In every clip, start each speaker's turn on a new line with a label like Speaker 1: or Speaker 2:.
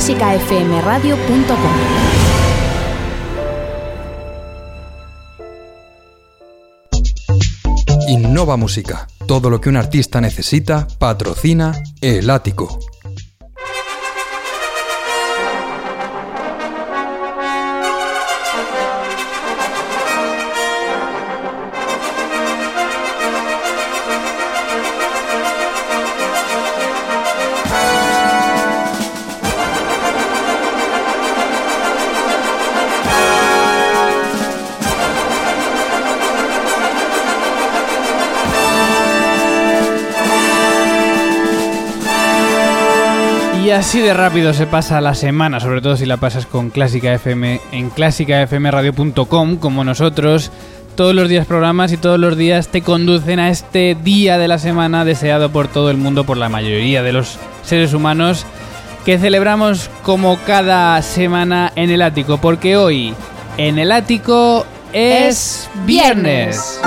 Speaker 1: clásicafmradio.com.
Speaker 2: Innova Música. Todo lo que un artista necesita, patrocina El Ático.
Speaker 3: Y así de rápido se pasa la semana, sobre todo si la pasas con Clásica FM en clásicafmradio.com, como nosotros. Todos los días programas y todos los días te conducen a este día de la semana deseado por todo el mundo, por la mayoría de los seres humanos, que celebramos como cada semana en El Ático, porque hoy en El Ático es viernes.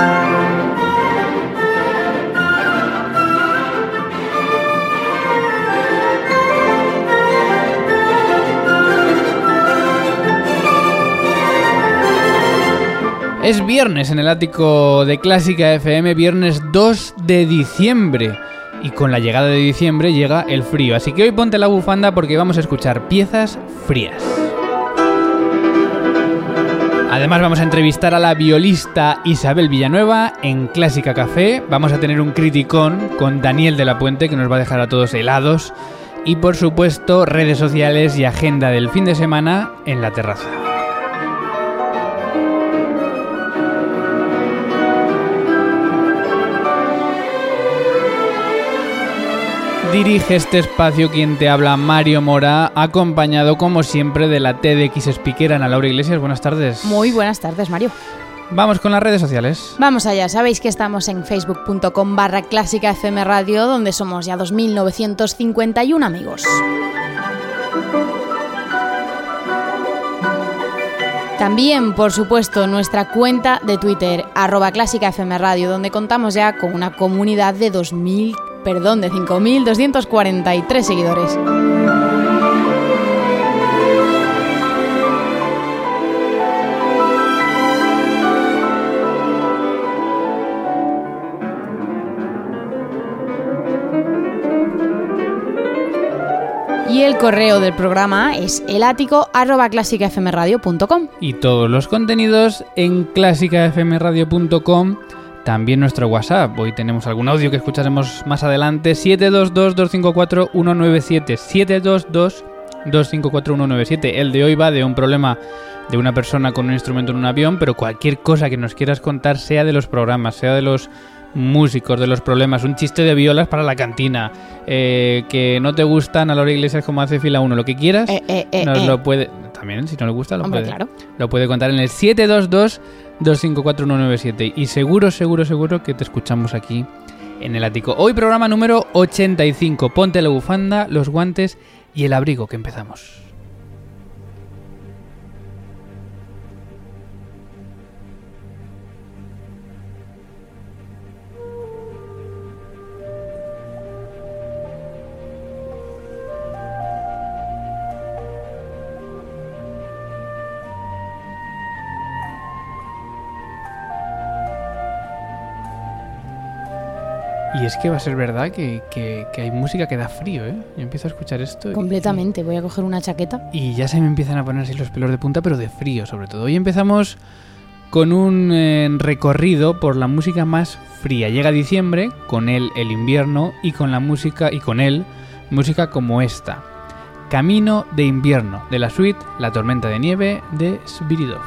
Speaker 3: Es viernes en El Ático de Clásica FM, viernes 2 de diciembre. Y con la llegada de diciembre llega el frío. Así que hoy ponte la bufanda porque vamos a escuchar piezas frías. Además vamos a entrevistar a la violista Isabel Villanueva en Clásica Café. Vamos a tener un criticón con Daniel de la Puente que nos va a dejar a todos helados. Y por supuesto redes sociales y agenda del fin de semana en la terraza. Dirige este espacio quien te habla, Mario Mora, acompañado como siempre de la TDX Speaker Ana Laura Iglesias. Buenas tardes.
Speaker 4: Muy buenas tardes, Mario.
Speaker 3: Vamos con las redes sociales.
Speaker 4: Vamos allá, sabéis que estamos en facebook.com/clásicafmradio, donde somos ya 2.951 amigos. También, por supuesto, nuestra cuenta de Twitter, @clásicafmradio, donde contamos ya con una comunidad de 5.243 seguidores. Y el correo del programa es elático@clásicafmradio.com.
Speaker 3: Y todos los contenidos en clásicafmradio.com. También nuestro WhatsApp. Hoy tenemos algún audio que escucharemos más adelante. 722-254-197. 722-254-197. El de hoy va de un problema de una persona con un instrumento en un avión, pero cualquier cosa que nos quieras contar, sea de los programas, sea de los músicos, de los problemas, un chiste de violas para la cantina, que no te gustan a Laura Iglesias como hace fila 1, lo que quieras, nos lo puede... También, si no le gusta, lo puede contar en el 722-254-197. Y seguro que te escuchamos aquí en El Ático. Hoy programa número 85. Ponte la bufanda, los guantes y el abrigo, que empezamos. Y es que va a ser verdad que hay música que da frío, ¿eh? Yo empiezo a escuchar esto.
Speaker 4: Completamente, voy a coger una chaqueta.
Speaker 3: Y ya se me empiezan a poner así los pelos de punta, pero de frío sobre todo. Hoy empezamos con un recorrido por la música más fría. Llega diciembre, con él el invierno y con música como esta. Camino de invierno, de la suite La tormenta de nieve de Sviridov.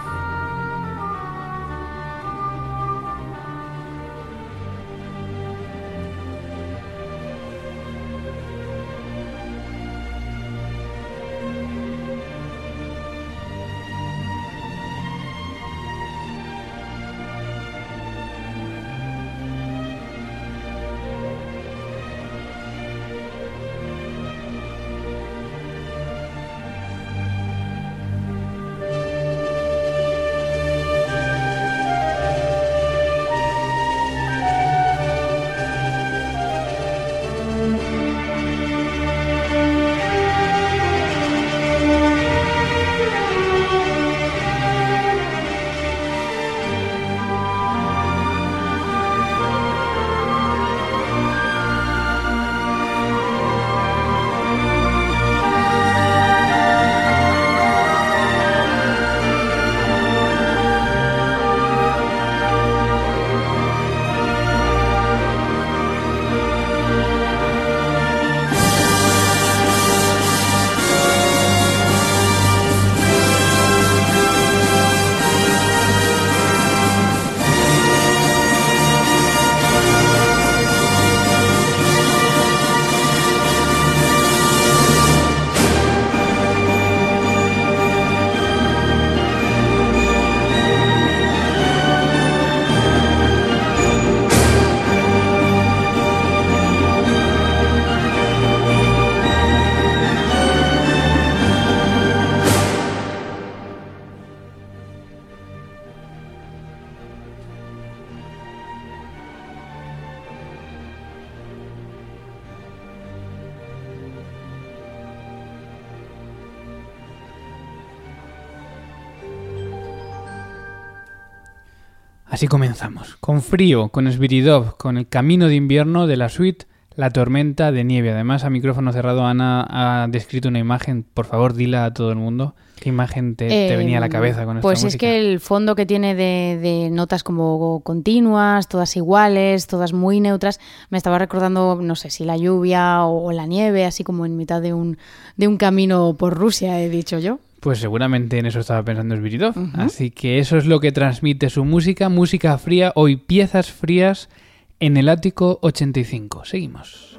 Speaker 3: Así comenzamos, con frío, con Sviridov, con el camino de invierno de la suite La tormenta de nieve. Además, a micrófono cerrado, Ana ha descrito una imagen. Por favor, dila a todo el mundo. ¿Qué imagen te venía a la cabeza con esta
Speaker 4: pues
Speaker 3: música?
Speaker 4: Pues es que el fondo que tiene de notas como continuas, todas iguales, todas muy neutras, me estaba recordando, no sé, si la lluvia o la nieve, así como en mitad de un camino por Rusia, he dicho yo.
Speaker 3: Pues seguramente en eso estaba pensando Sviridov. Así que eso es lo que transmite su música, música fría, hoy piezas frías en el ático 85. Seguimos.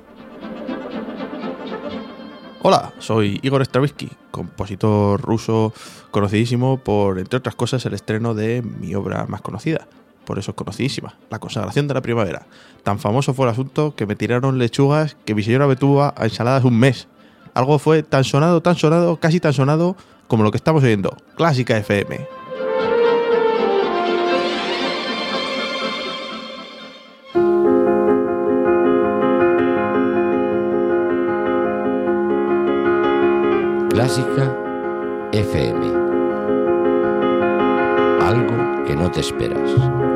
Speaker 1: Hola, soy Igor Stravinsky, compositor ruso conocidísimo por, entre otras cosas, el estreno de mi obra más conocida. Por eso es conocidísima, La consagración de la primavera. Tan famoso fue el asunto que me tiraron lechugas que mi señora me tuvo a ensaladas un mes. Algo fue tan sonado, casi tan sonado como lo que estamos oyendo. Clásica FM.
Speaker 5: Clásica FM. Algo que no te esperas.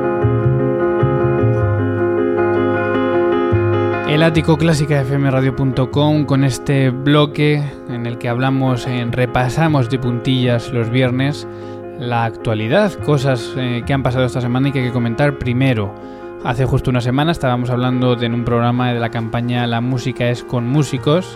Speaker 3: El ático clásicafmradio.com, con este bloque en el que hablamos, repasamos de puntillas los viernes la actualidad, cosas que han pasado esta semana y que hay que comentar. Primero, hace justo una semana estábamos hablando en un programa de la campaña La música es con músicos,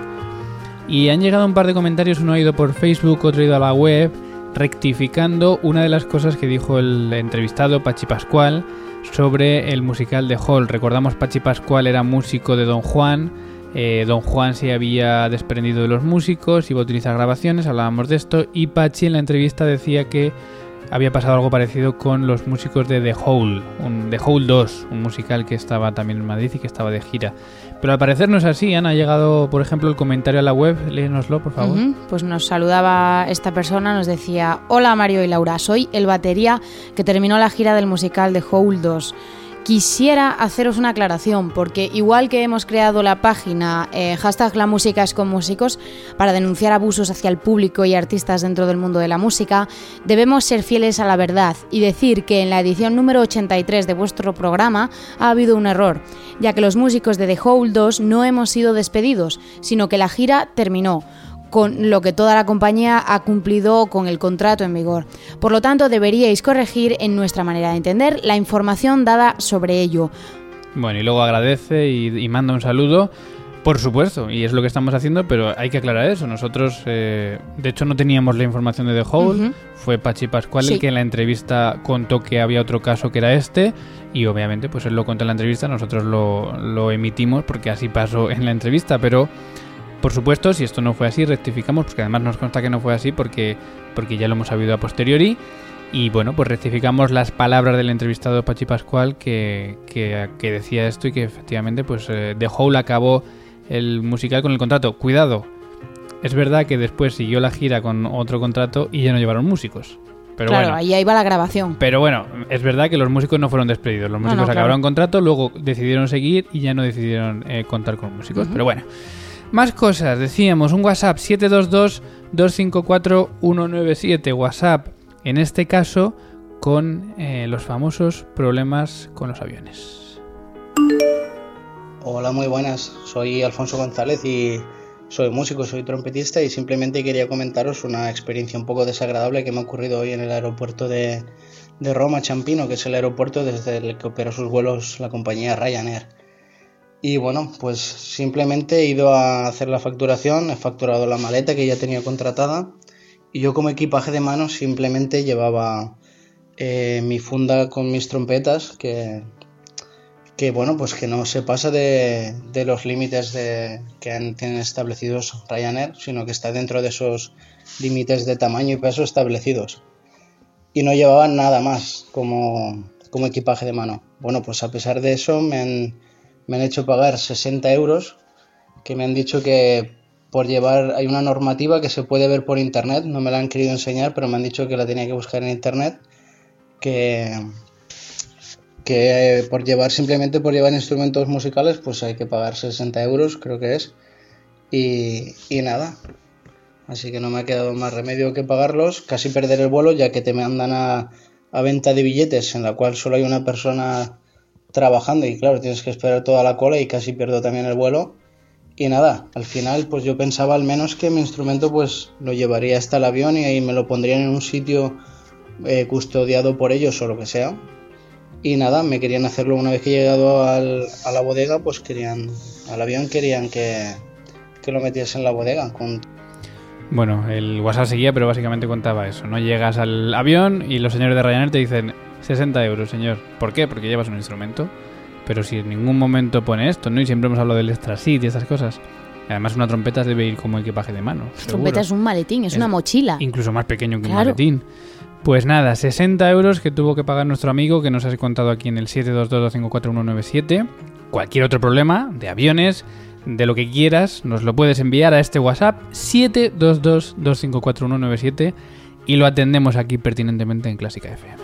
Speaker 3: y han llegado un par de comentarios, uno ha ido por Facebook, otro ha ido a la web, rectificando una de las cosas que dijo el entrevistado Pachi Pascual sobre el musical de Hall. Recordamos, Pachi Pascual era músico de Don Juan. Don Juan se había desprendido de los músicos, iba a utilizar grabaciones, hablábamos de esto, y Pachi en la entrevista decía que había pasado algo parecido con los músicos de The Hole, The Hole 2, un musical que estaba también en Madrid y que estaba de gira. Pero al parecer no es así. Ana, ha llegado, por ejemplo, el comentario a la web. Léenoslo, por favor.
Speaker 4: Pues nos saludaba esta persona, nos decía: hola Mario y Laura, soy el batería que terminó la gira del musical de Hole 2. Quisiera haceros una aclaración, porque igual que hemos creado la página hashtag La música es con músicos para denunciar abusos hacia el público y artistas dentro del mundo de la música, debemos ser fieles a la verdad y decir que en la edición número 83 de vuestro programa ha habido un error, ya que los músicos de The Hole 2 no hemos sido despedidos, sino que la gira terminó, con lo que toda la compañía ha cumplido con el contrato en vigor. Por lo tanto, deberíais corregir en nuestra manera de entender la información dada sobre ello.
Speaker 3: Bueno, y luego agradece y manda un saludo, por supuesto, y es lo que estamos haciendo, pero hay que aclarar eso. Nosotros, de hecho, no teníamos la información de The Hole. Fue Pachi Pascual el que en la entrevista contó que había otro caso que era este, y obviamente pues él lo contó en la entrevista, nosotros lo emitimos porque así pasó en la entrevista, pero por supuesto, si esto no fue así, rectificamos, porque además nos consta que no fue así porque ya lo hemos sabido a posteriori. Y bueno, pues rectificamos las palabras del entrevistado Pachi Pascual que decía esto, y que efectivamente pues The Hole acabó el musical con el contrato. Cuidado, es verdad que después siguió la gira con otro contrato y ya no llevaron músicos. Pero
Speaker 4: claro,
Speaker 3: bueno,
Speaker 4: ahí va la grabación.
Speaker 3: Pero bueno, es verdad que los músicos no fueron despedidos. Los músicos acabaron contrato, luego decidieron seguir y ya no decidieron contar con músicos. Pero bueno. Más cosas, decíamos, un WhatsApp 722-254-197, WhatsApp, en este caso con los famosos problemas con los aviones.
Speaker 6: Hola, muy buenas, soy Alfonso González y soy músico, soy trompetista, y simplemente quería comentaros una experiencia un poco desagradable que me ha ocurrido hoy en el aeropuerto de Roma Ciampino, que es el aeropuerto desde el que opera sus vuelos la compañía Ryanair. Y bueno, pues simplemente he ido a hacer la facturación, he facturado la maleta que ya tenía contratada, y yo como equipaje de mano simplemente llevaba mi funda con mis trompetas, que bueno, pues que no se pasa de los límites que tienen establecidos Ryanair, sino que está dentro de esos límites de tamaño y peso establecidos. Y no llevaba nada más como equipaje de mano. Bueno, pues a pesar de eso me han hecho pagar 60 euros, que me han dicho que por llevar, hay una normativa que se puede ver por internet, no me la han querido enseñar, pero me han dicho que la tenía que buscar en internet, que simplemente por llevar instrumentos musicales pues hay que pagar 60 euros, creo que es, y nada, así que no me ha quedado más remedio que pagarlos, casi perder el vuelo, ya que te mandan a a venta de billetes en la cual solo hay una persona trabajando y claro, tienes que esperar toda la cola y casi pierdo también el vuelo. Y nada, al final pues yo pensaba al menos que mi instrumento pues lo llevaría hasta el avión y ahí me lo pondrían en un sitio custodiado por ellos o lo que sea. Y nada, me querían hacerlo una vez que he llegado a la bodega, pues querían que lo metiese en la bodega.
Speaker 3: Bueno, el WhatsApp seguía, pero básicamente contaba eso, ¿no? Llegas al avión y los señores de Ryanair te dicen 60 euros, señor. ¿Por qué? Porque llevas un instrumento. Pero si en ningún momento pone esto, ¿no? Y siempre hemos hablado del extra seat y esas cosas. Además, una trompeta debe ir como equipaje de mano.
Speaker 4: Trompeta es un maletín, es una mochila.
Speaker 3: Incluso más pequeño que un maletín. Pues nada, 60 euros que tuvo que pagar nuestro amigo, que nos has contado aquí en el 722254197. Cualquier otro problema de aviones, de lo que quieras, nos lo puedes enviar a este WhatsApp 722254197 y lo atendemos aquí pertinentemente en Clásica FM.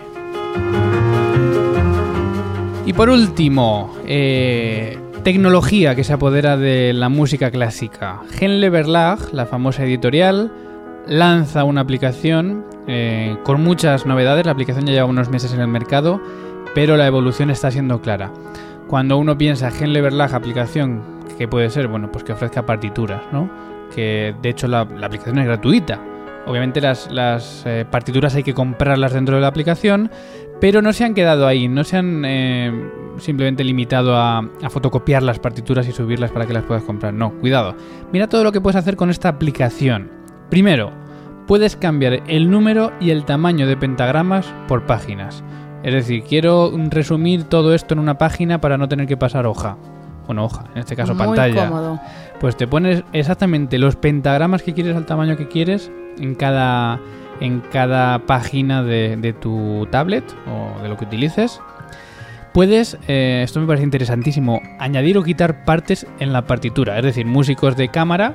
Speaker 3: Y por último, tecnología que se apodera de la música clásica. Henle Verlag, la famosa editorial, lanza una aplicación con muchas novedades. La aplicación ya lleva unos meses en el mercado, pero la evolución está siendo clara. Cuando uno piensa Henle Verlag, aplicación, ¿qué puede ser? Bueno, pues que ofrezca partituras, ¿no? Que de hecho la aplicación es gratuita. Obviamente las partituras hay que comprarlas dentro de la aplicación, pero no se han quedado ahí, no se han simplemente limitado a fotocopiar las partituras y subirlas para que las puedas comprar. No, cuidado. Mira todo lo que puedes hacer con esta aplicación. Primero, puedes cambiar el número y el tamaño de pentagramas por páginas. Es decir, quiero resumir todo esto en una página para no tener que pasar hoja. Bueno, hoja, en este caso pantalla.
Speaker 4: Muy cómodo.
Speaker 3: Pues te pones exactamente los pentagramas que quieres al tamaño que quieres en cada página de tu tablet o de lo que utilices. Puedes, esto me parece interesantísimo, añadir o quitar partes en la partitura. Es decir, músicos de cámara,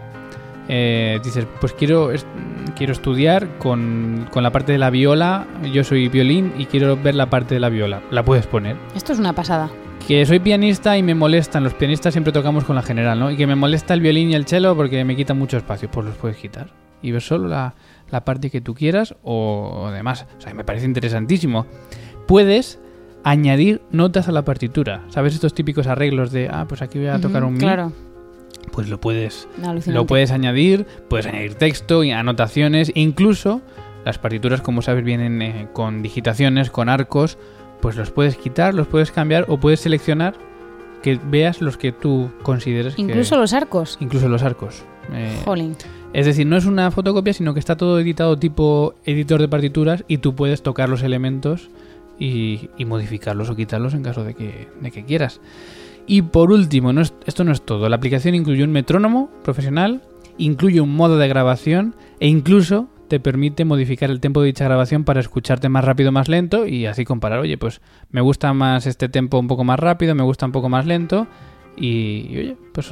Speaker 3: dices, pues quiero estudiar con la parte de la viola, yo soy violín y quiero ver la parte de la viola. La puedes poner.
Speaker 4: Esto es una pasada.
Speaker 3: Que soy pianista y me molestan, los pianistas siempre tocamos con la general, ¿no? Y que me molesta el violín y el cello porque me quitan mucho espacio, pues los puedes quitar. Y ver solo la parte que tú quieras o demás. O sea, me parece interesantísimo. Puedes añadir notas a la partitura. ¿Sabes estos típicos arreglos de, pues aquí voy a tocar un mi?
Speaker 4: Claro.
Speaker 3: Pues lo puedes añadir, puedes añadir texto y anotaciones. Incluso las partituras, como sabes, vienen con digitaciones, con arcos. Pues los puedes quitar, los puedes cambiar o puedes seleccionar que veas los que tú consideres.
Speaker 4: Incluso los arcos.
Speaker 3: Incluso los arcos.
Speaker 4: Jolín.
Speaker 3: Es decir, no es una fotocopia, sino que está todo editado tipo editor de partituras y tú puedes tocar los elementos y modificarlos o quitarlos en caso de que quieras. Y por último, esto no es todo. La aplicación incluye un metrónomo profesional, incluye un modo de grabación e incluso te permite modificar el tempo de dicha grabación para escucharte más rápido o más lento y así comparar, oye, pues me gusta más este tempo un poco más rápido, me gusta un poco más lento y oye, pues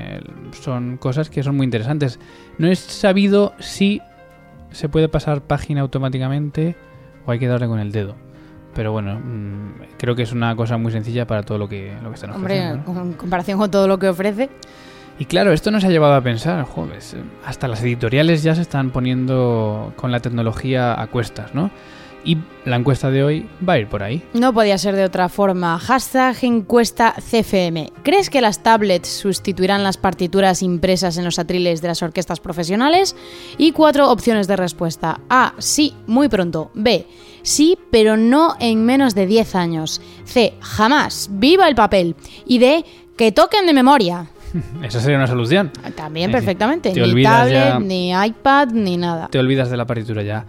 Speaker 3: son cosas que son muy interesantes. No he sabido si se puede pasar página automáticamente o hay que darle con el dedo. Pero bueno, creo que es una cosa muy sencilla para todo lo que están ofreciendo.
Speaker 4: Hombre, ¿no? En comparación con todo lo que ofrece.
Speaker 3: Y claro, esto nos ha llevado a pensar, joder, hasta las editoriales ya se están poniendo con la tecnología a cuestas, ¿no? Y la encuesta de hoy va a ir por ahí.
Speaker 4: No podía ser de otra forma. #encuesta CFM. ¿Crees que las tablets sustituirán las partituras impresas en los atriles de las orquestas profesionales? Y 4 opciones de respuesta. A. Sí, muy pronto. B. Sí, pero no en menos de 10 años. C. Jamás. ¡Viva el papel! Y D. Que toquen de memoria.
Speaker 3: Esa sería una solución.
Speaker 4: También, perfectamente.
Speaker 3: Ni
Speaker 4: tablet,
Speaker 3: ya,
Speaker 4: ni iPad, ni nada.
Speaker 3: Te olvidas de la partitura ya.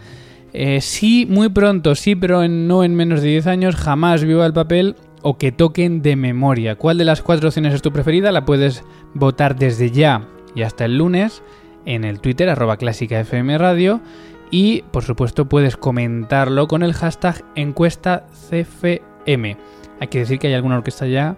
Speaker 3: Sí, muy pronto, sí, pero no en menos de 10 años, jamás, viva el papel o que toquen de memoria. ¿Cuál de las 4 opciones es tu preferida? La puedes votar desde ya y hasta el lunes en el Twitter, @clásicafmradio, y por supuesto puedes comentarlo con el hashtag encuestacfm. Hay que decir que hay alguna orquesta ya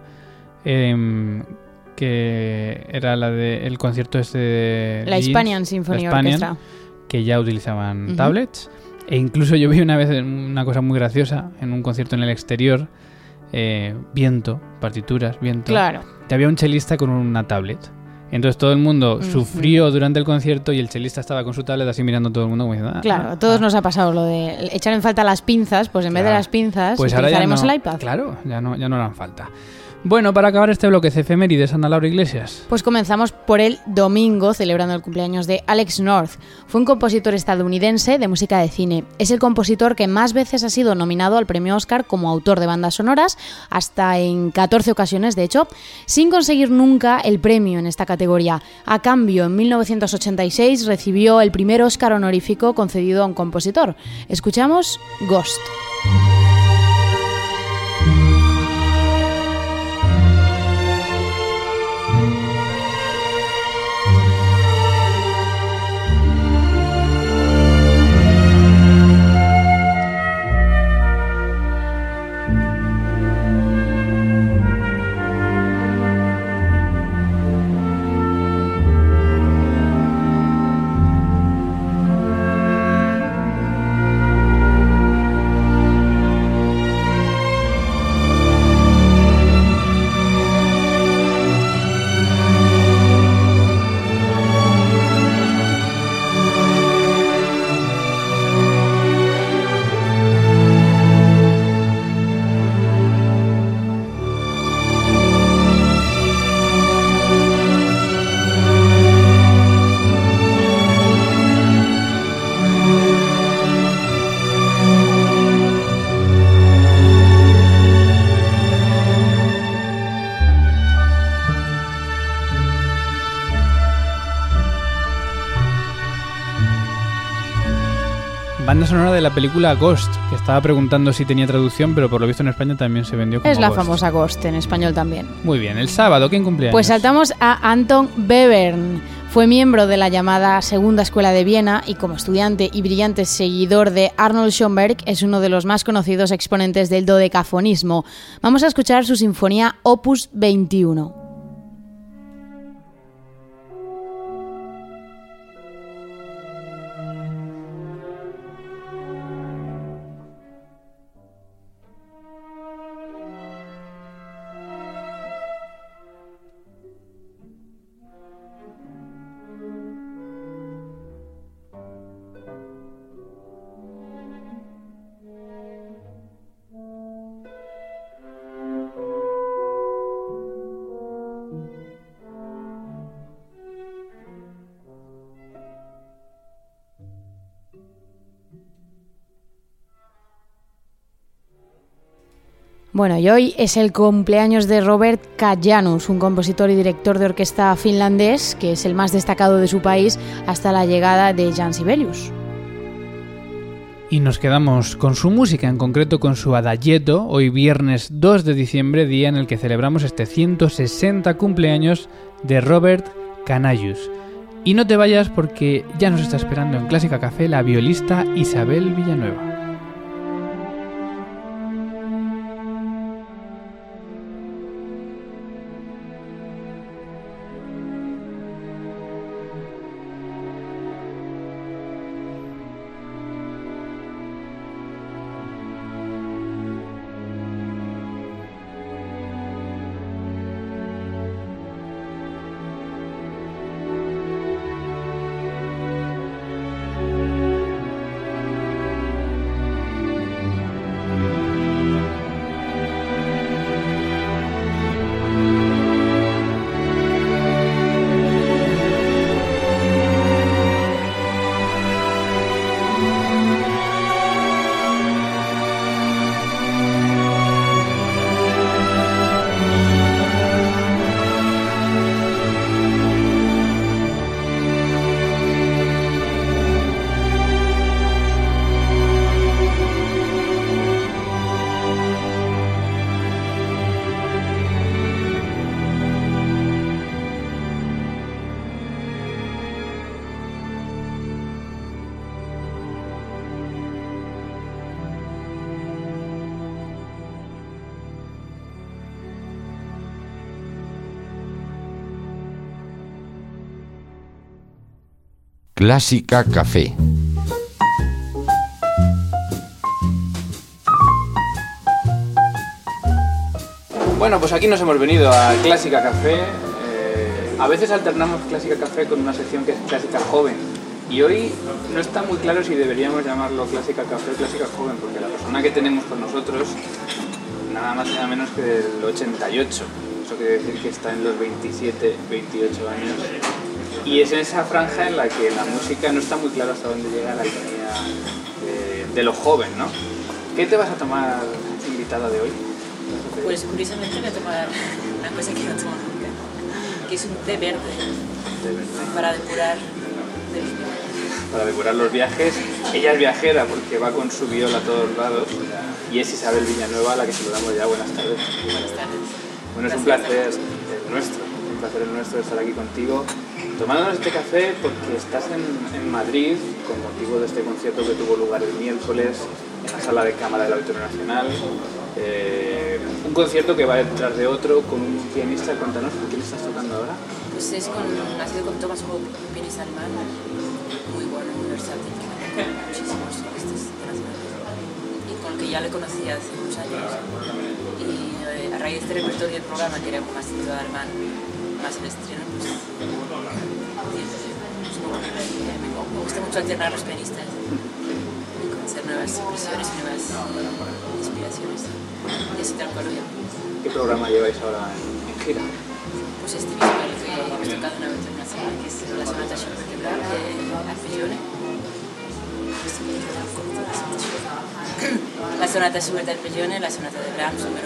Speaker 3: que era la del concierto de
Speaker 4: la Hispanian Symphony Orchestra,
Speaker 3: que ya utilizaban tablets. E incluso yo vi una vez una cosa muy graciosa en un concierto en el exterior, viento, partituras, viento.
Speaker 4: Claro.
Speaker 3: Te había un chelista con una tablet. Entonces todo el mundo sufrió durante el concierto y el chelista estaba con su tablet así mirando a todo el mundo como diciendo...
Speaker 4: Claro, a todos nos ha pasado lo de echar en falta las pinzas, pues en vez de las pinzas
Speaker 3: pues
Speaker 4: utilizaremos el iPad.
Speaker 3: Claro, ya no harán falta. Bueno, para acabar este bloque de efemérides, Ana Laura Iglesias.
Speaker 4: Pues comenzamos por el domingo, celebrando el cumpleaños de Alex North. Fue un compositor estadounidense de música de cine. Es el compositor que más veces ha sido nominado al premio Oscar como autor de bandas sonoras, hasta en 14 ocasiones, de hecho, sin conseguir nunca el premio en esta categoría. A cambio, en 1986 recibió el primer Oscar honorífico concedido a un compositor. Escuchamos Ghost.
Speaker 3: Banda sonora de la película Ghost, que estaba preguntando si tenía traducción, pero por lo visto en España también se vendió como
Speaker 4: Es la
Speaker 3: Ghost.
Speaker 4: famosa Ghost, en español también.
Speaker 3: Muy bien, el sábado, ¿quién cumplía?
Speaker 4: Pues saltamos a Anton Webern. Fue miembro de la llamada Segunda Escuela de Viena y como estudiante y brillante seguidor de Arnold Schoenberg es uno de los más conocidos exponentes del dodecafonismo. Vamos a escuchar su sinfonía Opus 21. Bueno, y hoy es el cumpleaños de Robert Kajanus, un compositor y director de orquesta finlandés, que es el más destacado de su país hasta la llegada de Jan Sibelius.
Speaker 3: Y nos quedamos con su música, en concreto con su Adagietto, hoy viernes 2 de diciembre, día en el que celebramos este 160 cumpleaños de Robert Canallus. Y no te vayas porque ya nos está esperando en Clásica Café la violista Isabel Villanueva.
Speaker 5: Clásica Café.
Speaker 3: Bueno, pues aquí nos hemos venido a Clásica Café A veces alternamos Clásica Café con una sección que es Clásica Joven. Y hoy no está muy claro si deberíamos llamarlo Clásica Café o Clásica Joven, porque la persona que tenemos con nosotros, nada más y nada menos que del 88. Eso quiere decir que está en los 27, 28 años. Y es en esa franja en la que la música no está muy claro hasta dónde llega la línea de lo joven, ¿no? ¿Qué te vas a tomar, invitada de hoy?
Speaker 7: Pues curiosamente voy a tomar una cosa que no tomo nunca, que es un té verde, para depurar de los viajes.
Speaker 3: Para depurar los viajes. Ella es viajera porque va con su viola a todos lados y es Isabel Villanueva, a la que saludamos ya. Buenas tardes.
Speaker 7: Buenas tardes.
Speaker 3: Bueno, es un placer el nuestro estar aquí contigo, tomándonos este café porque estás en Madrid con motivo de este concierto que tuvo lugar el miércoles en la Sala de Cámara del Auditorio Nacional. Un concierto que va detrás de otro con un pianista. Cuéntanos, ¿con quién estás tocando ahora?
Speaker 7: Pues ha sido con Thomas Hope, un pianista alemán, muy bueno, muy versátil, que me muchísimos solistas internacionales y con el que ya le conocía hace unos años. Y a raíz de este repertorio del programa, que era más centrado alemán, más el estreno, pues me gusta mucho alternar los pianistas y conocer nuevas impresiones y nuevas inspiraciones. Y así tal cual hoy.
Speaker 3: ¿Qué programa lleváis ahora en gira?
Speaker 7: Pues este mismo el que hemos tocado una vez internacional, que es la sonata Schubert de Brahms de Arpeggione. La sonata Schubert de Arpeggione, la sonata de Brahms número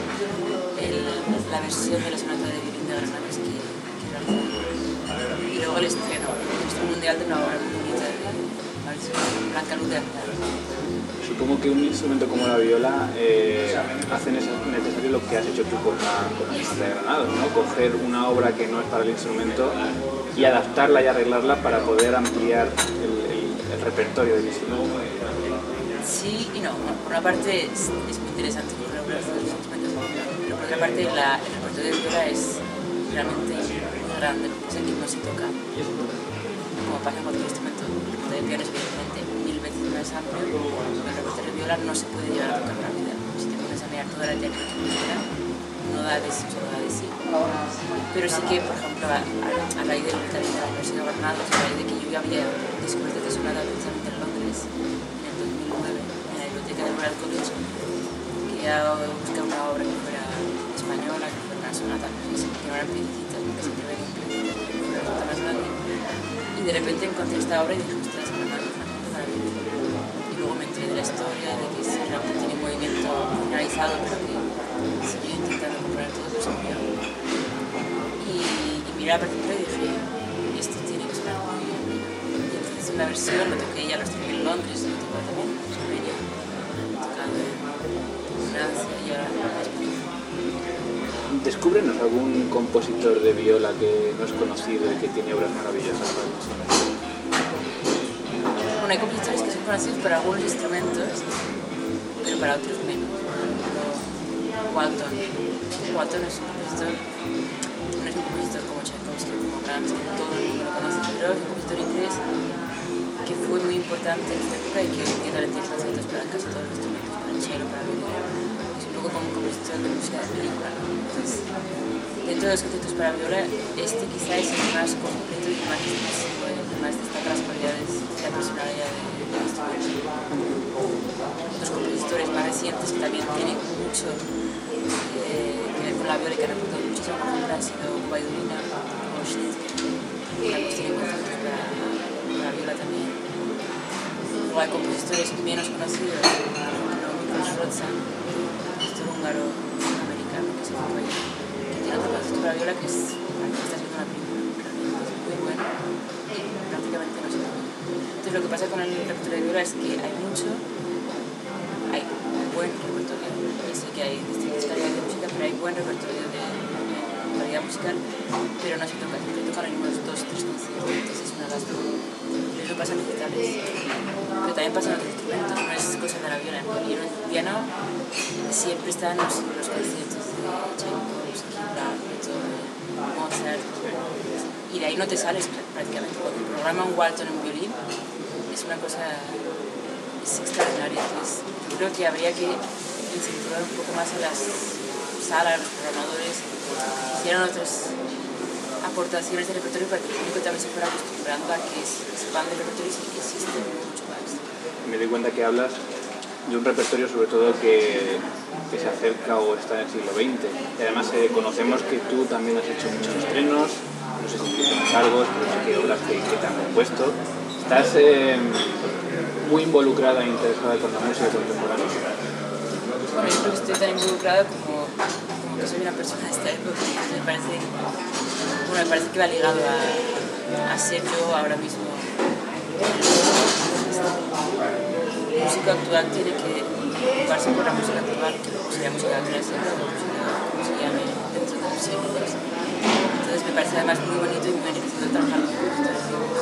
Speaker 7: 1, la versión de la sonata de violín de Granados que realizó. Y luego el estreno mundial de una obra muy bonita de Blanca Luther.
Speaker 3: Supongo que un instrumento como la viola hace necesario lo que has hecho tú con la Sonata de Granados, ¿no? Coger una obra que no es para el instrumento y adaptarla y arreglarla para poder ampliar el repertorio del instrumento.
Speaker 7: Sí y no. Bueno, por una parte es muy interesante coger obras de los instrumentos, pero por otra parte el repertorio de viola es realmente muy grande, o sea que no se toca como pasa con cualquier instrumento. El piano es evidentemente 1000 veces más amplio, pero el repertorio de viola no se puede llegar a tocar rápido. Si te pones a mirar toda la técnica que viola, no da de sí, solo da de sí. Pero sí que, por ejemplo, a raíz de la Universidad de Granados, a raíz de que yo ya había descubierto esta sonata precisamente en Londres en el 2009, en la biblioteca del Royal College, que ya buscaba una obra que fuera española, que fuera una sonata, que no eran piecitas, porque siempre ven un piecita, que fuera una sonata más grande. Y de repente encontré esta obra y dije, ostras, es una cosa maravillosa. Y luego me enteré de la historia, de que realmente tiene un movimiento finalizado, pero que siguió intentando componer todos los cambios. Y miré la partitura y dije, esto tiene que sonar muy bien. Y entonces una versión, lo toqué ya, lo estuve en Londres, lo tocé también en Eslovenia, tocando en Francia y ahora en España.
Speaker 3: Descúbrenos algún compositor de viola que no es conocido y que tiene obras maravillosas para el instrumento.
Speaker 7: Bueno, hay compositores que son conocidos para algunos instrumentos, pero para otros menos. Walton. Walton es un compositor, no es un compositor como Tchaikovsky, como Brahms, que todo el mundo lo conoce, pero es un compositor inglés que fue muy importante en esta época y que tiene talentos para casi todos los instrumentos, para el cello, para el violín. Es un poco como un compositor de música de película. Entonces, dentro de los conciertos para viola, este quizá es el más completo y más expresivo, el más destaca las cualidades de la personalidad del instrumento. Otros compositores más recientes que también tienen mucho que ver con la viola y que han aportado muchísimo, por ejemplo, han sido Baidulina o Schnitt, que ambos tienen conciertos para la viola también. Luego hay compositores menos conocidos, como Miklos Rozsa, compositor húngaro-americano que se fue allí, que tiene otro concierto para viola que está haciendo una película, realmente es muy bueno y prácticamente no se toca. Entonces lo que pasa con el repertorio de viola es que hay un buen repertorio, y sé que hay distintas calidades de música, pero hay buen repertorio de calidad musical, pero no se toca, siempre tocan los mismos 2-3 conciertos, entonces es una lástima. Pero eso pasa en recitales, pero también pasa en otros instrumentos, no es cosa de la viola. En el piano siempre están los conciertos de Tchaikovsky, Brahms, Beethoven, Mozart, y de ahí no te sales prácticamente. Cuando el programa un Walton en violín es una cosa extraordinaria. Entonces yo creo que habría que incentivar un poco más a las salas, a los programadores, que hicieran otras aportaciones de repertorio para que el público también se fuera acostumbrando a que ese band de repertorio sí que existe mucho más.
Speaker 8: Me doy cuenta que hablas de un repertorio sobre todo que se acerca o está en el siglo XX. Y además conocemos que tú también has hecho muchos estrenos, no sé si incluso encargos, pero sí que obras que te han compuesto. ¿Estás muy involucrada e interesada con la música contemporánea?
Speaker 7: Bueno, yo creo que estoy tan involucrada como que soy una persona de esta época. Me parece que va ligado a ser yo ahora mismo. El músico actual tiene que ocuparse por la música actual, que luego sería música clásica o música, como se llame, dentro de los siglos. Entonces me parece además muy bonito y muy enriquecedor trabajar con compositores vivos.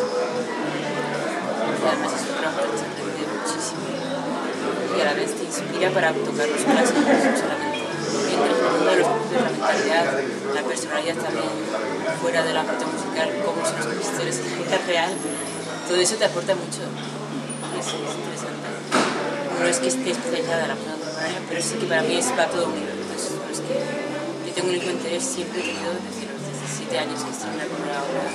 Speaker 7: Y además es un trabajo que se aprende muchísimo y a la vez te inspira para tocar los clásicos, no solamente en el mundo de los compositores, la mentalidad, la personalidad también fuera del ámbito musical, cómo son los compositores en la vida real. Todo eso te aporta mucho. Es interesante. No es que esté especializada en la música contemporánea, pero sí que para mí va todo unido. Entonces, es que yo tengo un interés, siempre he tenido desde los 17 años que estoy en la primera obra.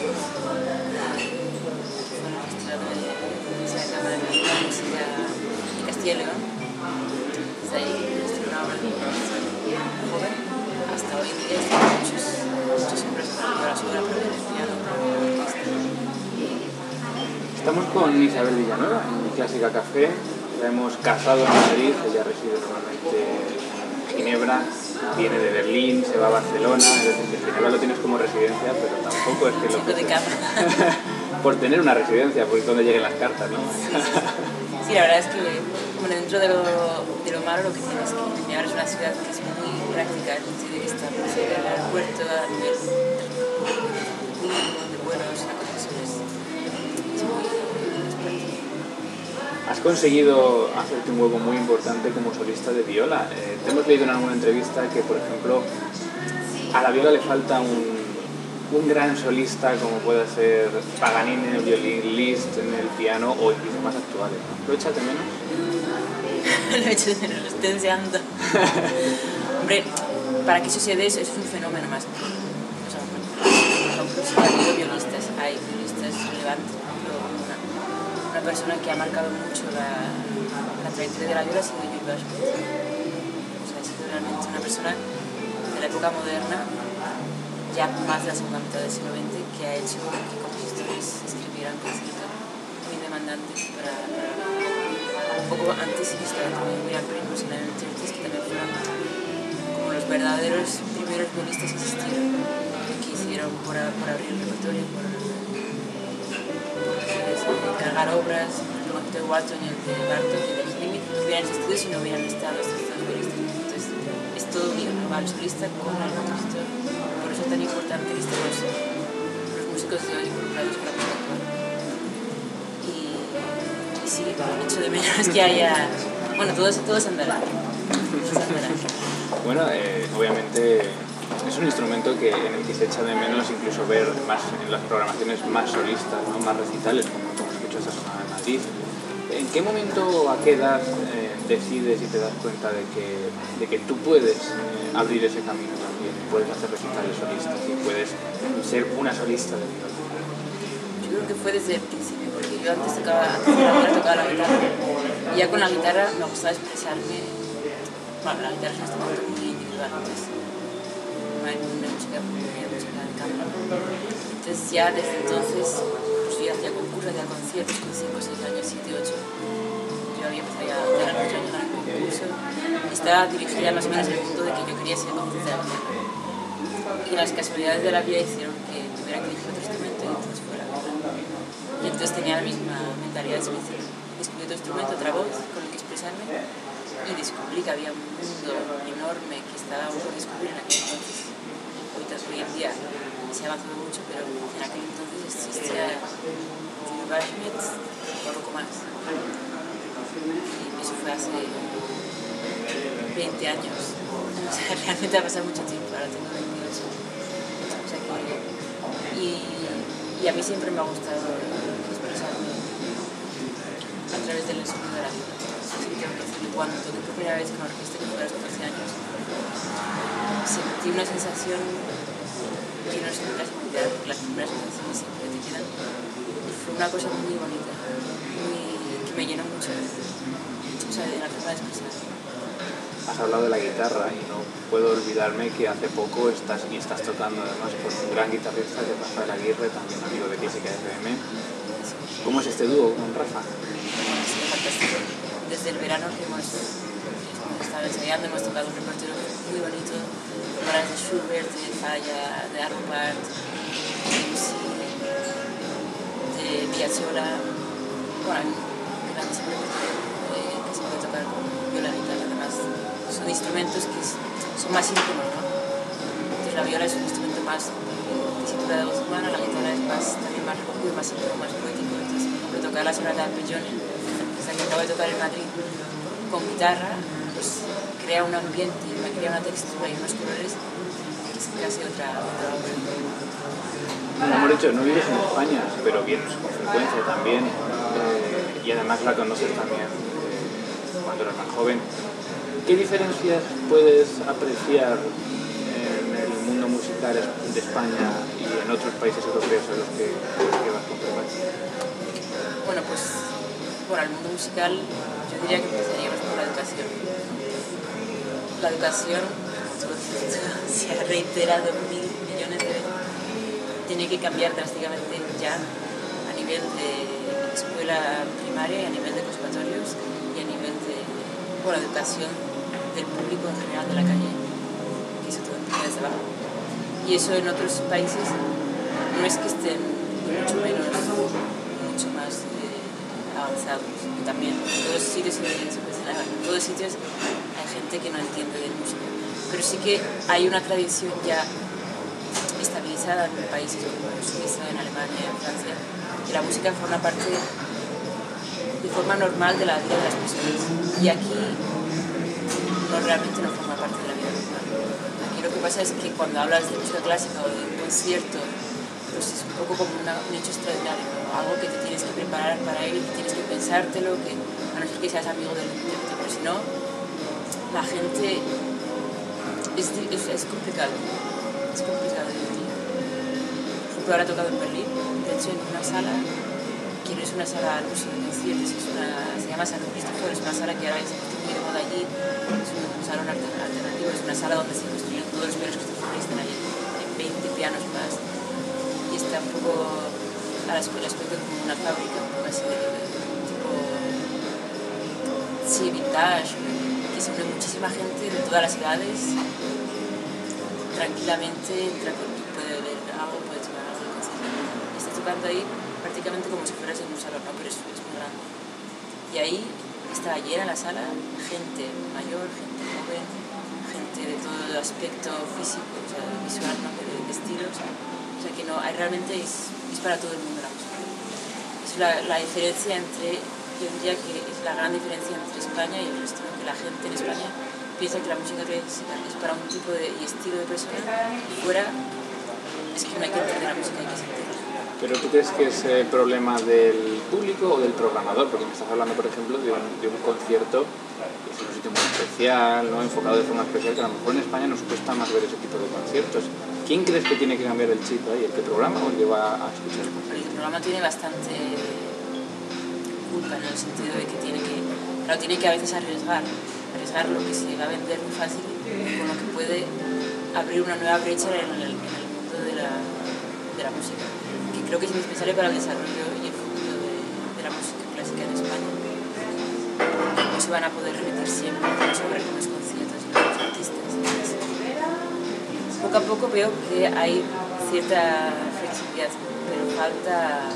Speaker 7: Fue una festival de esa cámara de música de Castilla y León. Desde ahí estoy en una obra joven. Hasta hoy en día estoy muchos hombres para la obra, pero en el piano.
Speaker 8: Estamos con Isabel Villanueva en Clásica Café. La hemos casado en Madrid, ella reside normalmente en Ginebra, viene de Berlín, se va a Barcelona, es decir, que Ginebra lo tienes como residencia, pero tampoco es que lo que...
Speaker 7: de cama.
Speaker 8: Por tener una residencia, porque es donde lleguen las cartas, ¿no?
Speaker 7: Sí, la verdad es que bueno, dentro de lo malo lo que tienes es que Ginebra es una ciudad que es muy práctica, en el sentido de que está muy cerca del aeropuerto, a nivel de vuelos, la conexión es muy práctica.
Speaker 8: Has conseguido hacerte un hueco muy importante como solista de viola. Te hemos leído en alguna entrevista que, por ejemplo, a la viola le falta un gran solista como puede ser Paganini en el violín, Liszt en el piano o incluso más actuales, ¿no? ¿Lo echas de menos?
Speaker 7: Lo echo de menos, lo estoy deseando. Hombre, para que eso se dé, eso es un fenómeno más. O sea, ha habido violinistas, hay violinistas relevantes. Una persona que ha marcado mucho la trayectoria de la viola ha sido Jules Bashmet. O sea, ha sido realmente una persona de la época moderna, ya más de la segunda mitad del siglo XX, que ha hecho que compositores escribieran conciertos muy demandantes para un poco antes y estaba también William Primus y Lionel Churches, que también fueron como los verdaderos primeros violinistas que existieron, que hicieron por abrir el repertorio, por cargar obras, el conjunto de Walton y el de Bartók y el de Hindemith, no hubieran existido si no hubieran estado estos dos violinistas. Entonces es todo unido, ¿no? Va el solista con el compositor. Por eso es tan importante que estemos los músicos de hoy involucrados con la música actual. Y sí, echo de menos que haya... Bueno, todo se andará.
Speaker 8: Bueno, obviamente es un instrumento en el que se echa de menos incluso ver más en las programaciones más solistas, ¿no? Más recitales, como escucho esta semana en Madrid. ¿En qué momento o a qué edad decides y te das cuenta de que tú puedes abrir ese camino también? Puedes hacer recitales solistas y puedes ser una solista de viola.
Speaker 7: Yo creo que fue desde el principio, porque yo antes de la viola tocaba la guitarra y ya con la guitarra me gustaba expresarme. Bueno, la guitarra es un instrumento muy individual, entonces no hay música de cámara. Entonces ya desde entonces pues yo hacía concursos, hacía conciertos con 5, 6 años, 7, 8. Yo había empezado ya a ganar muchos años en el concurso y estaba dirigida más o menos al punto de que yo quería ser compositora de piano. Y las casualidades de la vida hicieron que tuviera que elegir otro instrumento y entonces fuera la viola. Y entonces tenía la misma mentalidad de descubrí otro instrumento, otra voz con el que expresarme y descubrí que había un mundo enorme que estaba aún por descubrir en aquel entonces. Hoy en día se ha avanzado mucho, pero en aquel entonces existía Jules Bashmet y poco más. Y eso fue hace 20 años. O sea, realmente ha pasado mucho tiempo, ahora tengo 28. O sea que... Y a mí siempre me ha gustado expresarme a través del sonido de la viola. Cuando toqué por primera vez con orquesta, que fue a los 14 años, sentí una sensación que no se me casi olvidar, porque las primeras canciones siempre te quedan. Y fue una cosa muy bonita, que me llenó mucho, o sea, de la forma de expresar.
Speaker 8: Has hablado de la guitarra y no puedo olvidarme que hace poco estás tocando además con un gran guitarrista que es Rafael Aguirre, también amigo de Clásica FM. ¿Cómo es este dúo con Rafa?
Speaker 7: Ha sido fantástico. Desde el verano que hemos estado ensayando, hemos tocado un repertorio muy bonito, obras de Schubert, de Falla, de Arvo Pärt, de Debussy, de Piazzolla, bueno, grandes repertorios que se puede tocar con viola y guitarra. Además, son instrumentos que son más íntimos, ¿no? Entonces la viola es un instrumento más de cintura de voz humana, la guitarra es también más recogido, más íntimo, más poético. Entonces, por ejemplo, tocar la sonata de Pellone, que acabo de tocar en Madrid, con guitarra, pues crea un ambiente, crea una textura y unos colores que es casi otra obra.
Speaker 8: Como hemos dicho, no vives en España, pero vienes con frecuencia también, y además la conoces también cuando eras más joven. ¿Qué diferencias puedes apreciar en el mundo musical de España y en otros países europeos en los que vas con frecuencia?
Speaker 7: Bueno, pues el mundo musical yo diría que empezaríamos por la educación. La educación, como se ha reiterado 1.000 millones de veces, tiene que cambiar drásticamente ya a nivel de escuela primaria y a nivel de conservatorios y a nivel de la educación del público en general de la calle, que eso todo empieza desde abajo. Y eso en otros países no es que estén mucho menos, mucho más avanzados, que también en todos sitios en todos sitios hay gente que no entiende de música, pero sí que hay una tradición ya estabilizada en países como Suiza, en Alemania, en Francia, que la música forma parte de forma normal de la vida de las personas, y aquí realmente no forma parte de la vida normal. Aquí lo que pasa es que cuando hablas de música clásica o de un concierto, pues es un poco como un hecho extraordinario, ¿no? Algo que te tienes que preparar para él, que tienes que pensártelo, que a no ser que seas amigo del intérprete, pero si no, la gente es complicado. Es complicado de vivir. Por ejemplo, ahora he tocado en Berlín, de hecho en una sala, que no es una sala al uso de conciertos, se llama San Cristóbal, es una sala que ahora es muy de moda allí, es un salón alternativo, es una sala donde se construyen todos los pianos que están allí, hay 20 pianos más, y está un poco a la escuela como una fábrica, un poco así de tipo, sí, vintage, que se une muchísima gente de todas las edades, tranquilamente, puede ver algo, puede tomar algo, y está tocando ahí prácticamente como si fueras en un salón, ¿no? Pero es muy grande. Y ahí está llena la sala, gente mayor, gente joven, gente de todo aspecto físico, o sea, visual, ¿no? De estilos. O sea que no, realmente es para todo el mundo la música. Es la diferencia entre, yo diría que es la gran diferencia entre España y el resto, que la gente en España piensa que la música clásica es para un tipo y estilo de persona, y fuera es que no hay que entender la música, hay que sentirla.
Speaker 8: ¿Pero tú crees que es problema del público o del programador? Porque me estás hablando, por ejemplo, de un concierto que es un sitio muy especial, ¿no? Enfocado de forma especial, que a lo mejor en España nos cuesta más ver ese tipo de conciertos. ¿Quién crees que tiene que cambiar el chip ahí? ¿El que programa o el que va a escuchar el concierto?
Speaker 7: El programa tiene bastante culpa en el sentido de que tiene que a veces arriesgar lo que se va a vender muy fácil con lo que puede abrir una nueva brecha en el mundo de la música, que creo que es indispensable para el desarrollo y el futuro de la música clásica en España. No se van a poder repetir siempre sobre los conciertos y los artistas. Entonces, poco a poco veo que hay cierta flexibilidad, pero falta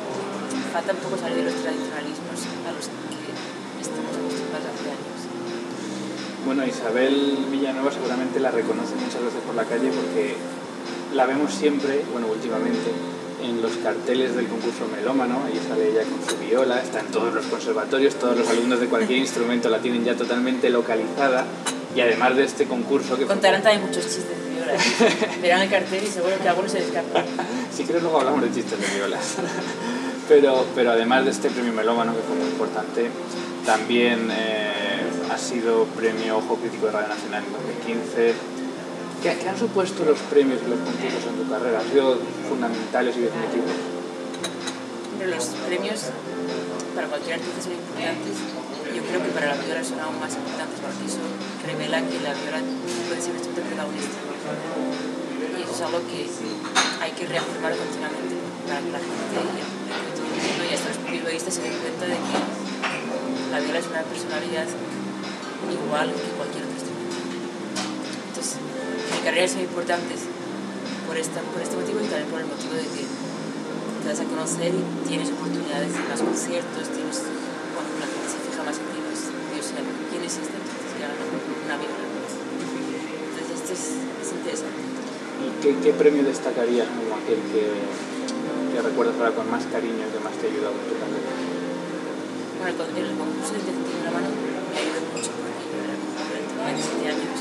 Speaker 7: un poco salir de los tradicionalismos a los que estamos acostumbrados hace años.
Speaker 8: Bueno, Isabel Villanueva seguramente la reconoce muchas veces por la calle porque la vemos siempre, bueno, últimamente, en los carteles del concurso Melómano. Ahí sale ella con su viola, está en todos los conservatorios, todos los alumnos de cualquier instrumento la tienen ya totalmente localizada, y además de este concurso que...
Speaker 7: Contarán también muchos chistes de viola, verán el cartel y seguro que algunos se les escapa.
Speaker 8: Sí, creo que luego hablamos de chistes de violas. Pero además de este premio Melómano, que fue muy importante, también ha sido premio Ojo Crítico de Radio Nacional en 2015, ¿Qué han supuesto los premios y los concursos en tu carrera? ¿Han sido fundamentales y definitivos?
Speaker 7: Pero los premios para cualquier artista son importantes. Yo creo que para la viola son aún más importantes porque eso revela que la viola puede ser un instrumento protagonista. Y eso es algo que hay que reafirmar continuamente para que la gente y el público y todo el mundo y hasta los periodistas se den cuenta de que la viola es una personalidad igual que cualquier otro instrumento. Entonces, mi carrera son importantes por este motivo y también por el motivo de que te das a conocer y tienes oportunidades de más conciertos, tienes, cuando la gente se fija más en ti, pues, Dios sabe quién es este, entonces ya una viola. Entonces esto es interesante.
Speaker 8: ¿Y qué premio destacarías como aquel que recuerdas ahora con más cariño y que más te ha ayudado en tu carrera?
Speaker 7: Bueno, el concurso de Detective La Mano me ayudó mucho porque yo era como 27 años.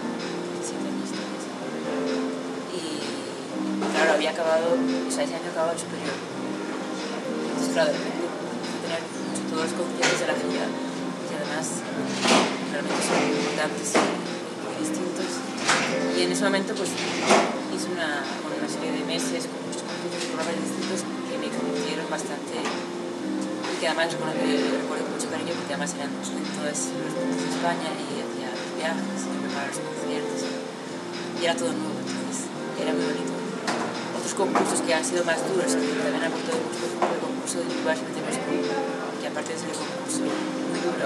Speaker 7: Y claro, había acabado, o sea, ese año acababa el superior. Entonces, claro, de repente tener todos los conciertos de la gira y además realmente son importantes y muy distintos. Y en ese momento pues hice una serie de meses con muchos conciertos y programas distintos que me convirtieron bastante y que además recuerdo con mucho cariño porque además eran en todos los puntos de España y hacía los viajes y preparaba los conciertos y era todo nuevo, entonces era muy bonito. Otros concursos que han sido más duros, que también han aportado mucho, por ejemplo, el concurso de University de Moscú, que aparte de ser un concurso muy duro,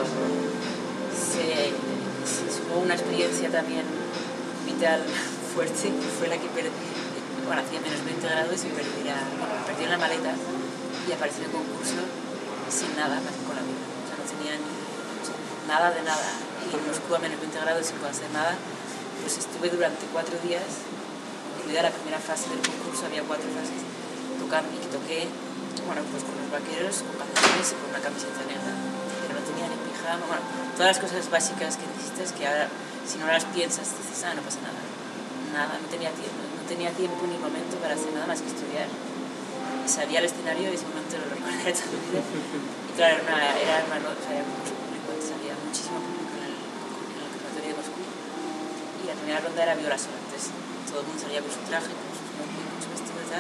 Speaker 7: se sumó una experiencia también vital fuerte, que fue la que hacía menos 20 grados y perdió la maleta y apareció en el concurso sin nada, más que con la vida. O sea, no tenía nada de nada. Y en Moscú a menos 20 grados sin conocer nada, pues estuve durante 4 días, incluida la primera fase del concurso, había 4 fases, tocando y toqué, bueno, pues con los vaqueros, con calcetines y con una camiseta negra. Pero no tenía ni pijama, bueno, todas las cosas básicas que necesitas que ahora, si no las piensas, dices, no pasa nada. Nada, no tenía tiempo ni momento para hacer nada más que estudiar. Y salía al escenario y ese momento lo recordaré toda mi vida. Y claro, era mucho público, salía muchísimo público en el conservatorio de Moscú. Y la primera ronda era viola sola, entonces todo el mundo salía con su traje, con sus smoking, con su vestido y tal.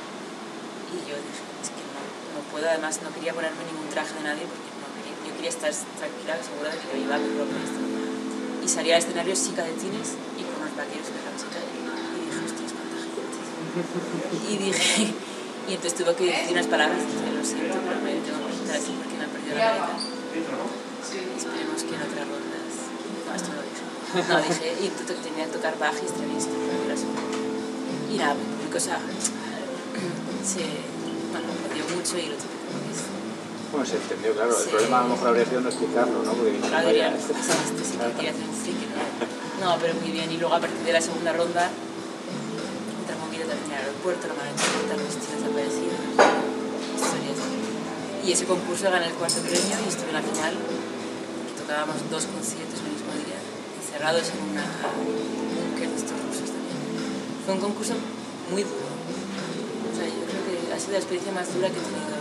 Speaker 7: Y yo dije, es que no puedo, además no quería ponerme ningún traje de nadie porque yo quería estar tranquila, segura de que yo iba a mi ropa y esto. Y salía al escenario sin calcetines y con unos vaqueros en la camiseta y dije, ostras, cuánta gente. Y entonces tuve que decir unas palabras y dije, lo siento, pero me tengo que quitar así porque me han perdido la maleta. Esperemos que en otras rondas... No, esto no lo dije. No, dije, y entonces tenía que tocar Bach y Stravinsky. Y nada, el público se odió mucho y lo típico que es...
Speaker 8: Bueno, se entendió, claro. Sí. El problema a lo mejor habría sido no explicarlo, ¿no? Porque
Speaker 7: claro, diría, este sí que quería hacer un friki, ¿no? No, pero muy bien. Y luego a partir de la segunda ronda, otra movida también en el aeropuerto, la manera de cortar los vestidos desaparecidos, historias. Y ese concurso gané el 4º premio y estuve en la final, que tocábamos 2 conciertos el mismo día, encerrados en un búnker de estos rusos también. Fue un concurso muy duro. O sea, yo creo que ha sido la experiencia más dura que he tenido.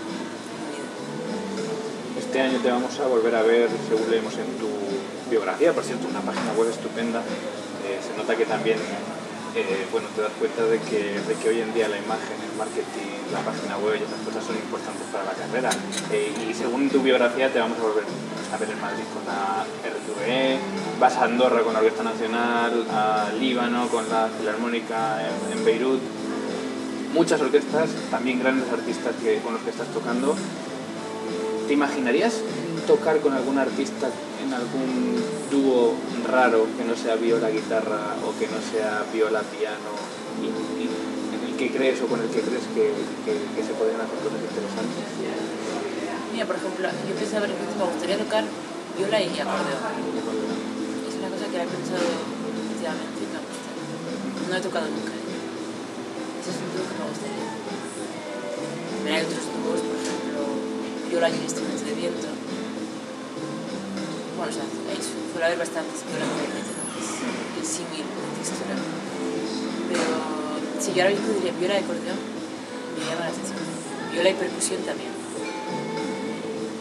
Speaker 8: Este año te vamos a volver a ver, según leemos en tu biografía, por cierto, una página web estupenda. Se nota que también te das cuenta de que hoy en día la imagen, el marketing, la página web y esas cosas son importantes para la carrera. Y según tu biografía te vamos a volver a ver en Madrid con la RTVE, vas a Andorra con la Orquesta Nacional, a Líbano con la Filarmónica en Beirut. Muchas orquestas, también grandes artistas con los que estás tocando. ¿Te imaginarías tocar con algún artista en algún dúo raro que no sea viola-guitarra o que no sea viola-piano y en el que crees o con el que crees que se pueden hacer cosas interesantes?
Speaker 7: Mira, por ejemplo, yo pensaba que me gustaría tocar viola y acordeón. Es una cosa que he pensado últimamente y me gusta. No he tocado nunca. Ese es un dúo que me gustaría. Pero hay otros dúos, por ejemplo, viola y instrumento de viento. Bueno, o sea, suele haber bastantes viola y el símil de textura. Pero si yo ahora mismo diría viola y acordeón, me llama la atención. Viola y percusión también.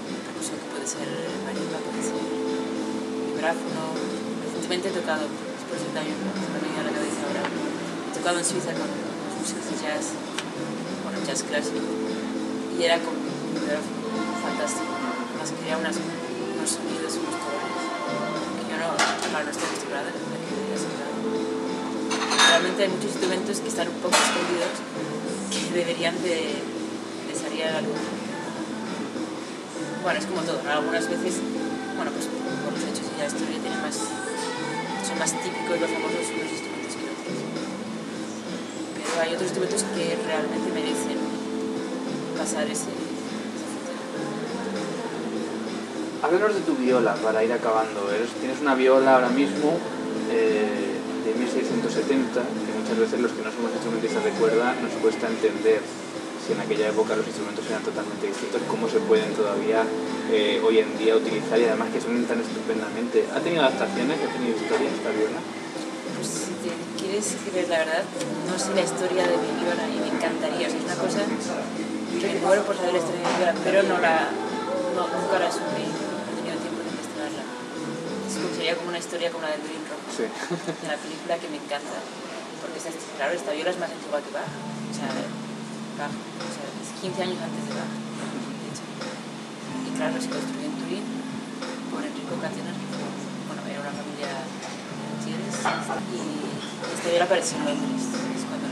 Speaker 7: Percusión que puede ser marimba, puede ser vibráfono. Recientemente he tocado por eso también me venía a la cabeza ahora. He tocado en Suiza con museos de jazz, bueno, jazz clásico, y era fantástico. Además que quería unos sonidos, unos colores, que yo no estoy acostumbrada a que realmente hay muchos instrumentos que están un poco escondidos, que deberían de salir a la luz. Bueno, es como todo, ¿no? Algunas veces, bueno, pues por los hechos y la historia son más típicos los famosos unos instrumentos que otros. Pero hay otros instrumentos que realmente merecen pasar esa función.
Speaker 8: Háblanos de tu viola para ir acabando. Tienes una viola ahora mismo de 1670, que muchas veces los que no somos instrumentistas de cuerda nos cuesta entender si en aquella época los instrumentos eran totalmente distintos, cómo se pueden todavía hoy en día utilizar y además que suenan tan estupendamente. ¿Ha tenido adaptaciones? ¿Ha tenido historia esta viola?
Speaker 7: Pues si te quieres creer la verdad, no sé la historia de mi viola y me encantaría. O sea, es una cosa que me muero por saber la historia de mi viola, pero nunca la supe, no he tenido tiempo de investigarla. Sería como una historia como la del Green Rock,
Speaker 8: sí,
Speaker 7: de la película, que me encanta. Porque claro, esta viola es más antigua que Bach. O sea, es 15 años antes de Bach, de hecho. Y claro, se construyó en Turín por Enrico Catener, que era una familia de luthiers, y esta viola apareció en Londres, es cuando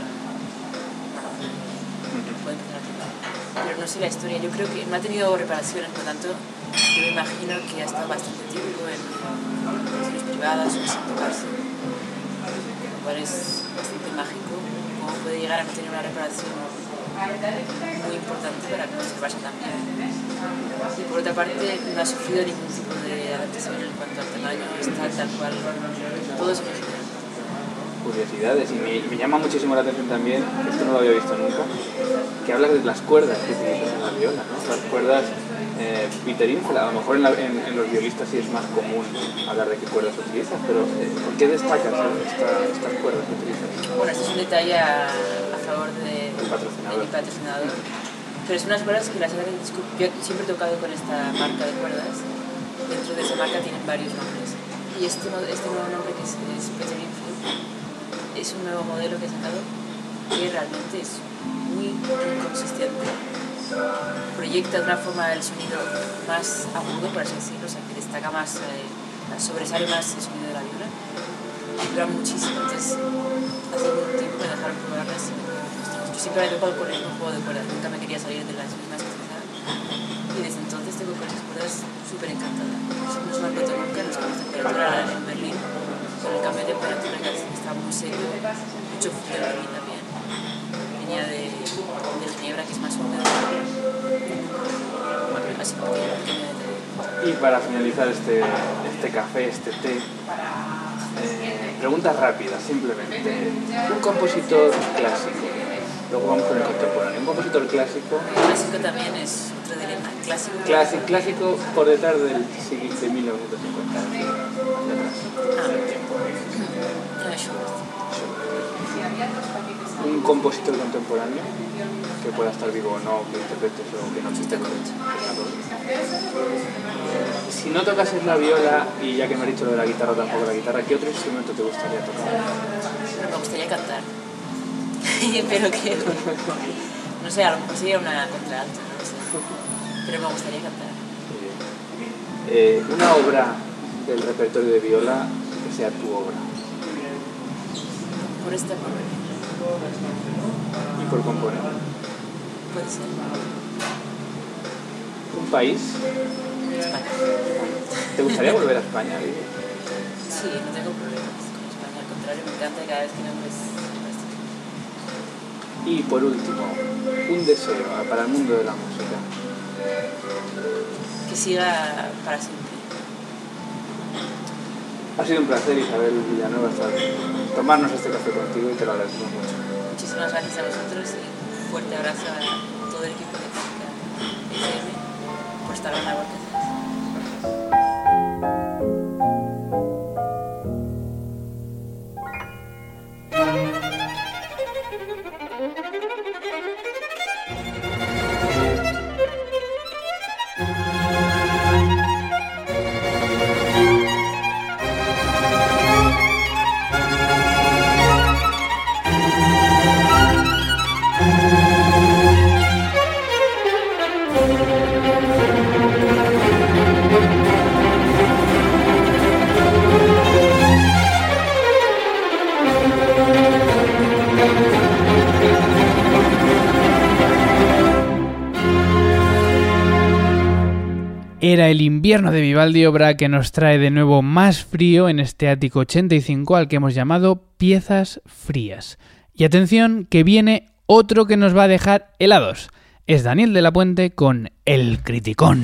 Speaker 7: puede empezar a tocar. Pero no sé la historia, yo creo que no ha tenido reparaciones, por lo tanto, yo me imagino que ha estado bastante tiempo en colecciones privadas o sin tocarse, lo cual es bastante mágico, cómo puede llegar a no tener una reparación muy importante para conservarse también. Y por otra parte, no ha sufrido ningún tipo de adaptación en cuanto al tamaño, está tal cual, todo es original.
Speaker 8: Curiosidades, y me llama muchísimo la atención también, esto no lo había visto nunca, que hablas de las cuerdas que utilizas en la viola, ¿no? Las cuerdas Peter Infel, a lo mejor en los violistas sí es más común hablar de qué cuerdas utilizas, pero ¿por qué destacas estas cuerdas que utilizas?
Speaker 7: Bueno, este es un detalle a favor de mi patrocinador, pero son unas cuerdas que yo siempre he tocado con esta marca de cuerdas. Dentro de esa marca tienen varios nombres, y este nuevo nombre, que es Peter Infel, es un nuevo modelo que he sacado que realmente es muy inconsistente. Proyecta de una forma el sonido más agudo, por así decirlo, o sea, que destaca más, sobresale más el sonido de la viola. Dura muchísimo, entonces hace un tiempo me dejaron probarlas y yo siempre había tocado con el mismo juego de cuerdas, nunca me quería salir de las mismas que utilizaba. Y desde entonces tengo con esas cuerdas súper encantada. No se me han roto nunca, no sé la temperatura en Berlín, con el cambio de temperatura que estaba muy seco, mucho frío en Berlín también. Venía de Ginebra, que es más húmedo. Bueno, así que
Speaker 8: y para finalizar este café, este té, preguntas rápidas, simplemente. Un compositor clásico, luego vamos con el contemporáneo. Un compositor clásico.
Speaker 7: El clásico también es otro dilema.
Speaker 8: Clásico por detrás del siglo de 1950. Un compositor contemporáneo que pueda estar vivo o no, que interpretes o que no existe. Si no tocases la viola, y ya que me has dicho lo de la guitarra, tampoco la guitarra, ¿qué otro instrumento te gustaría tocar?
Speaker 7: Me gustaría cantar. Pero que no sé, a lo mejor sería una contralto, no sé. Pero me gustaría cantar.
Speaker 8: Una obra del repertorio de viola que sea tu obra.
Speaker 7: Por esta obra.
Speaker 8: ¿Y por componer?
Speaker 7: Puede ser.
Speaker 8: ¿Un país?
Speaker 7: España.
Speaker 8: ¿Te gustaría volver a España?
Speaker 7: Sí, no tengo problemas con España, al contrario, me encanta cada vez que me ves.
Speaker 8: Y por último, un deseo para el mundo de la música.
Speaker 7: Que siga para siempre.
Speaker 8: Ha sido un placer, Isabel Villanueva, tomarnos este café contigo y te lo agradecemos mucho.
Speaker 7: Muchísimas gracias a vosotros y un fuerte abrazo a todo el equipo de Clásica FM por esta gran labor que hacéis.
Speaker 3: Era el invierno de Vivaldi, obra que nos trae de nuevo más frío en este ático 85 al que hemos llamado Piezas Frías. Y atención, que viene otro que nos va a dejar helados. Es Daniel de la Puente con El Criticón.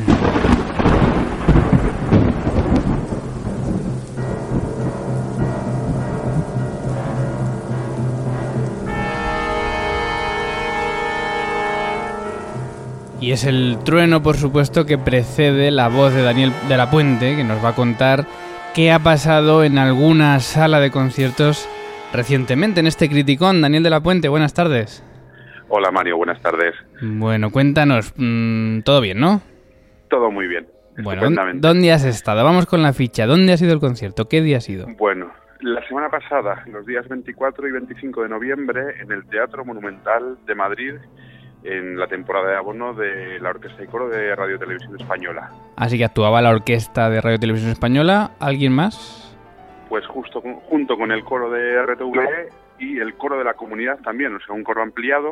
Speaker 3: Y es el trueno, por supuesto, que precede la voz de Daniel de la Puente, que nos va a contar qué ha pasado en alguna sala de conciertos recientemente en este Criticón. Daniel de la Puente, buenas tardes.
Speaker 9: Hola Mario, buenas tardes.
Speaker 3: Bueno, cuéntanos, todo bien, ¿no?
Speaker 9: Todo muy bien.
Speaker 3: Bueno, ¿dónde has estado? Vamos con la ficha. ¿Dónde ha sido el concierto? ¿Qué día ha sido?
Speaker 9: Bueno, la semana pasada, los días 24 y 25 de noviembre, en el Teatro Monumental de Madrid, en la temporada de abono de la Orquesta y Coro de Radio Televisión Española.
Speaker 3: Así que actuaba la Orquesta de Radio Televisión Española. ¿Alguien más?
Speaker 9: Pues junto con el coro de RTVE y el coro de la comunidad también, o sea, un coro ampliado,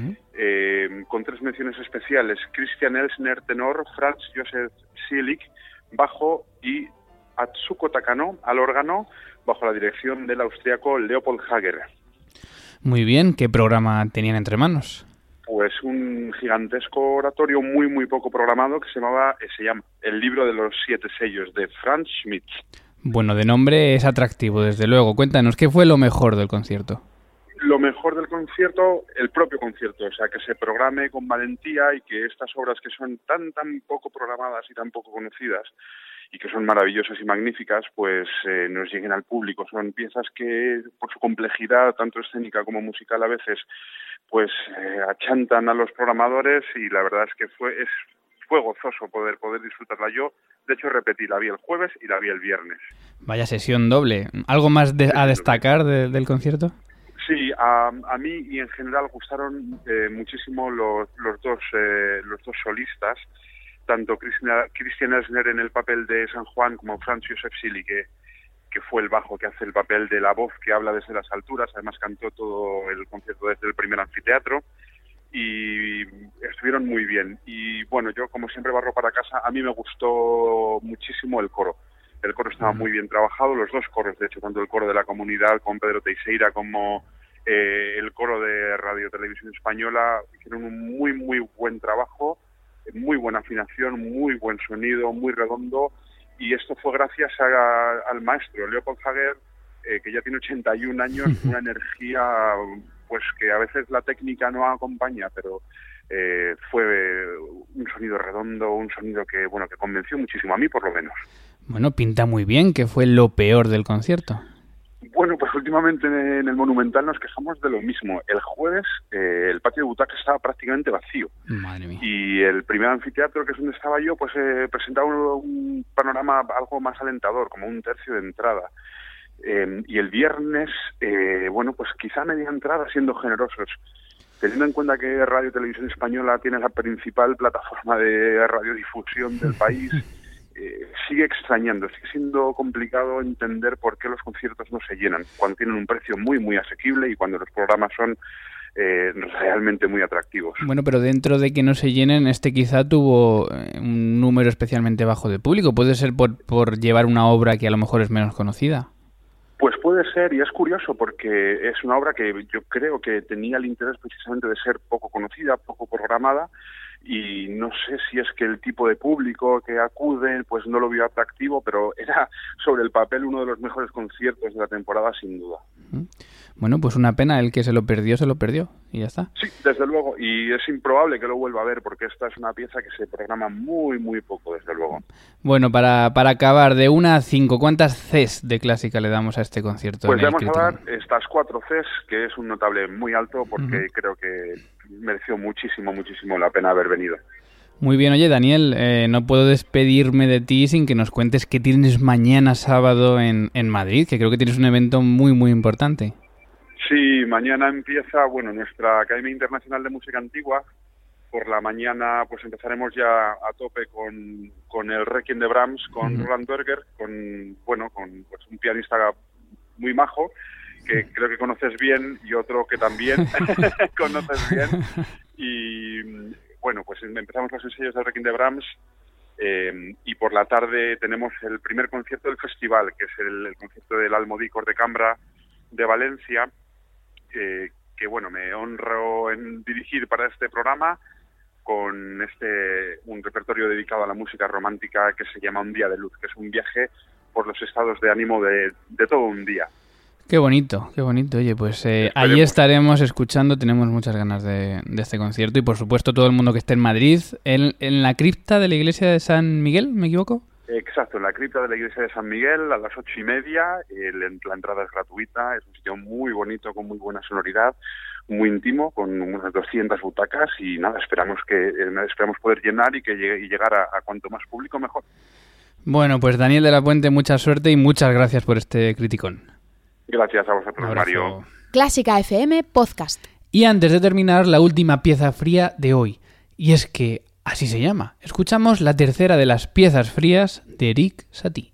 Speaker 9: con 3 menciones especiales: Christian Elsner, tenor; Franz Josef Sielik, bajo; y Atsuko Takano, al órgano, bajo la dirección del austriaco Leopold Hager.
Speaker 3: Muy bien, ¿qué programa tenían entre manos?
Speaker 9: Pues un gigantesco oratorio muy poco programado que se llama El libro de los 7 sellos, de Franz Schmidt.
Speaker 3: Bueno, de nombre es atractivo, desde luego. Cuéntanos, ¿qué fue lo mejor del concierto?
Speaker 9: Lo mejor del concierto, el propio concierto, o sea, que se programe con valentía y que estas obras que son tan poco programadas y tan poco conocidas y que son maravillosas y magníficas, pues nos lleguen al público. Son piezas que, por su complejidad, tanto escénica como musical a veces, pues achantan a los programadores, y la verdad es que fue gozoso poder disfrutarla. Yo, de hecho, repetí, la vi el jueves y la vi el viernes.
Speaker 3: Vaya sesión doble. ¿Algo más a destacar del concierto?
Speaker 9: Sí, a mí y en general gustaron muchísimo los dos solistas, tanto Christian Elsner en el papel de San Juan como Franz Josef Sielik, que fue el bajo, que hace el papel de la voz que habla desde las alturas. Además cantó todo el concierto desde el primer anfiteatro y estuvieron muy bien. Y bueno, yo como siempre barro para casa, a mí me gustó muchísimo el coro. El coro estaba muy bien trabajado, los dos coros, de hecho, tanto el coro de la comunidad con Pedro Teixeira como el coro de Radio Televisión Española, hicieron un muy buen trabajo, muy buena afinación, muy buen sonido, muy redondo. Y esto fue gracias al maestro Leopold Hager, que ya tiene 81 años, una energía pues que a veces la técnica no acompaña, pero fue un sonido redondo, un sonido que convenció muchísimo, a mí por lo menos.
Speaker 3: Bueno, pinta muy bien. ¿Qué fue lo peor del concierto?
Speaker 9: Bueno, pues últimamente en el Monumental nos quejamos de lo mismo. El jueves el patio de butacas estaba prácticamente vacío.
Speaker 3: Madre mía.
Speaker 9: Y el primer anfiteatro, que es donde estaba yo, pues presentaba un panorama algo más alentador, como un tercio de entrada. Y el viernes, pues quizá media entrada, siendo generosos. Teniendo en cuenta que Radio Televisión Española tiene la principal plataforma de radiodifusión del país, sigue extrañando, sigue siendo complicado entender por qué los conciertos no se llenan, cuando tienen un precio muy asequible y cuando los programas son realmente muy atractivos.
Speaker 3: Bueno, pero dentro de que no se llenen, quizá tuvo un número especialmente bajo de público. ¿Puede ser por llevar una obra que a lo mejor es menos conocida?
Speaker 9: Pues puede ser, y es curioso porque es una obra que yo creo que tenía el interés precisamente de ser poco conocida, poco programada, y no sé si es que el tipo de público que acude pues no lo vio atractivo, pero era sobre el papel uno de los mejores conciertos de la temporada, sin duda.
Speaker 3: Bueno, pues una pena, el que se lo perdió, y ya está.
Speaker 9: Sí, desde luego, y es improbable que lo vuelva a ver, porque esta es una pieza que se programa muy poco, desde luego.
Speaker 3: Bueno, para acabar, de 1 a 5, ¿cuántas Cs de clásica le damos a este concierto?
Speaker 9: Pues vamos a dar estas 4 Cs, que es un notable muy alto, porque creo que mereció muchísimo la pena haber venido.
Speaker 3: Muy bien, oye Daniel, no puedo despedirme de ti sin que nos cuentes qué tienes mañana sábado en Madrid, que creo que tienes un evento muy importante.
Speaker 9: Sí, mañana empieza, nuestra Academia Internacional de Música Antigua. Por la mañana pues empezaremos ya a tope con el Requiem de Brahms, con Roland Berger, con un pianista muy majo. que creo que conoces bien y otro que también conoces bien. Y bueno, pues empezamos los ensayos del Requiem de Brahms y por la tarde tenemos el primer concierto del festival, que es el concierto del Almodí Cor de Cambra de Valencia, que bueno, me honro en dirigir para este programa con un repertorio dedicado a la música romántica que se llama Un día de luz, que es un viaje por los estados de ánimo de todo un día.
Speaker 3: Qué bonito, qué bonito. Oye, pues ahí estaremos escuchando, tenemos muchas ganas de este concierto y por supuesto todo el mundo que esté en Madrid, en la cripta de la iglesia de San Miguel, ¿me equivoco?
Speaker 9: Exacto, en la cripta de la iglesia de San Miguel a las 8:30, la entrada es gratuita, es un sitio muy bonito, con muy buena sonoridad, muy íntimo, con unas 200 butacas y nada, esperamos poder llenar y llegar a cuanto más público mejor.
Speaker 3: Bueno, pues Daniel de la Puente, mucha suerte y muchas gracias por este criticón.
Speaker 9: Gracias a vosotros, Mario.
Speaker 4: Clásica FM Podcast.
Speaker 3: Y antes de terminar, la última pieza fría de hoy. Y es que así se llama. Escuchamos la tercera de las piezas frías de Erik Satie.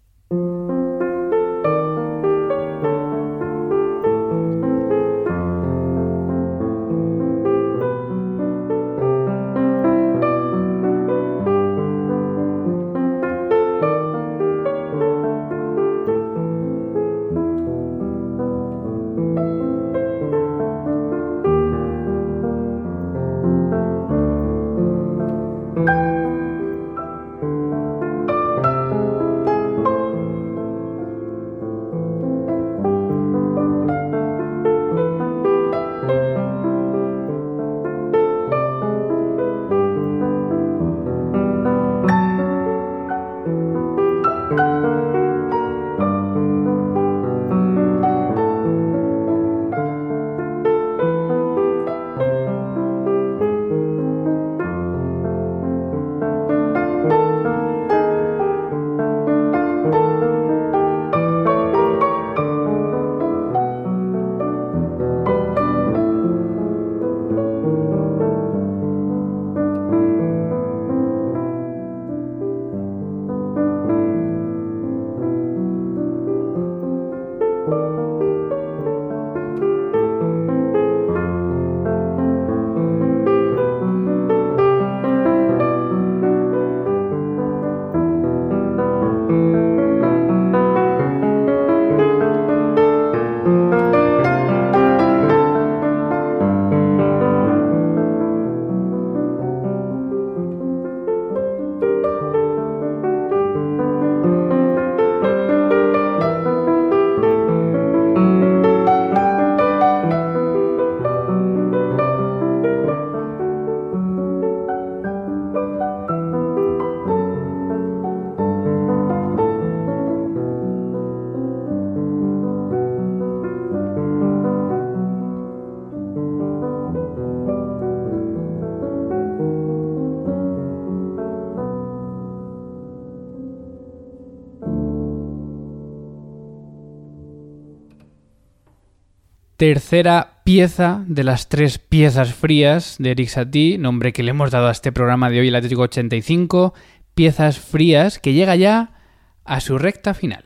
Speaker 3: Tercera pieza de las 3 piezas frías de Erik Satie, nombre que le hemos dado a este programa de hoy, el Atlético 85, piezas frías, que llega ya a su recta final.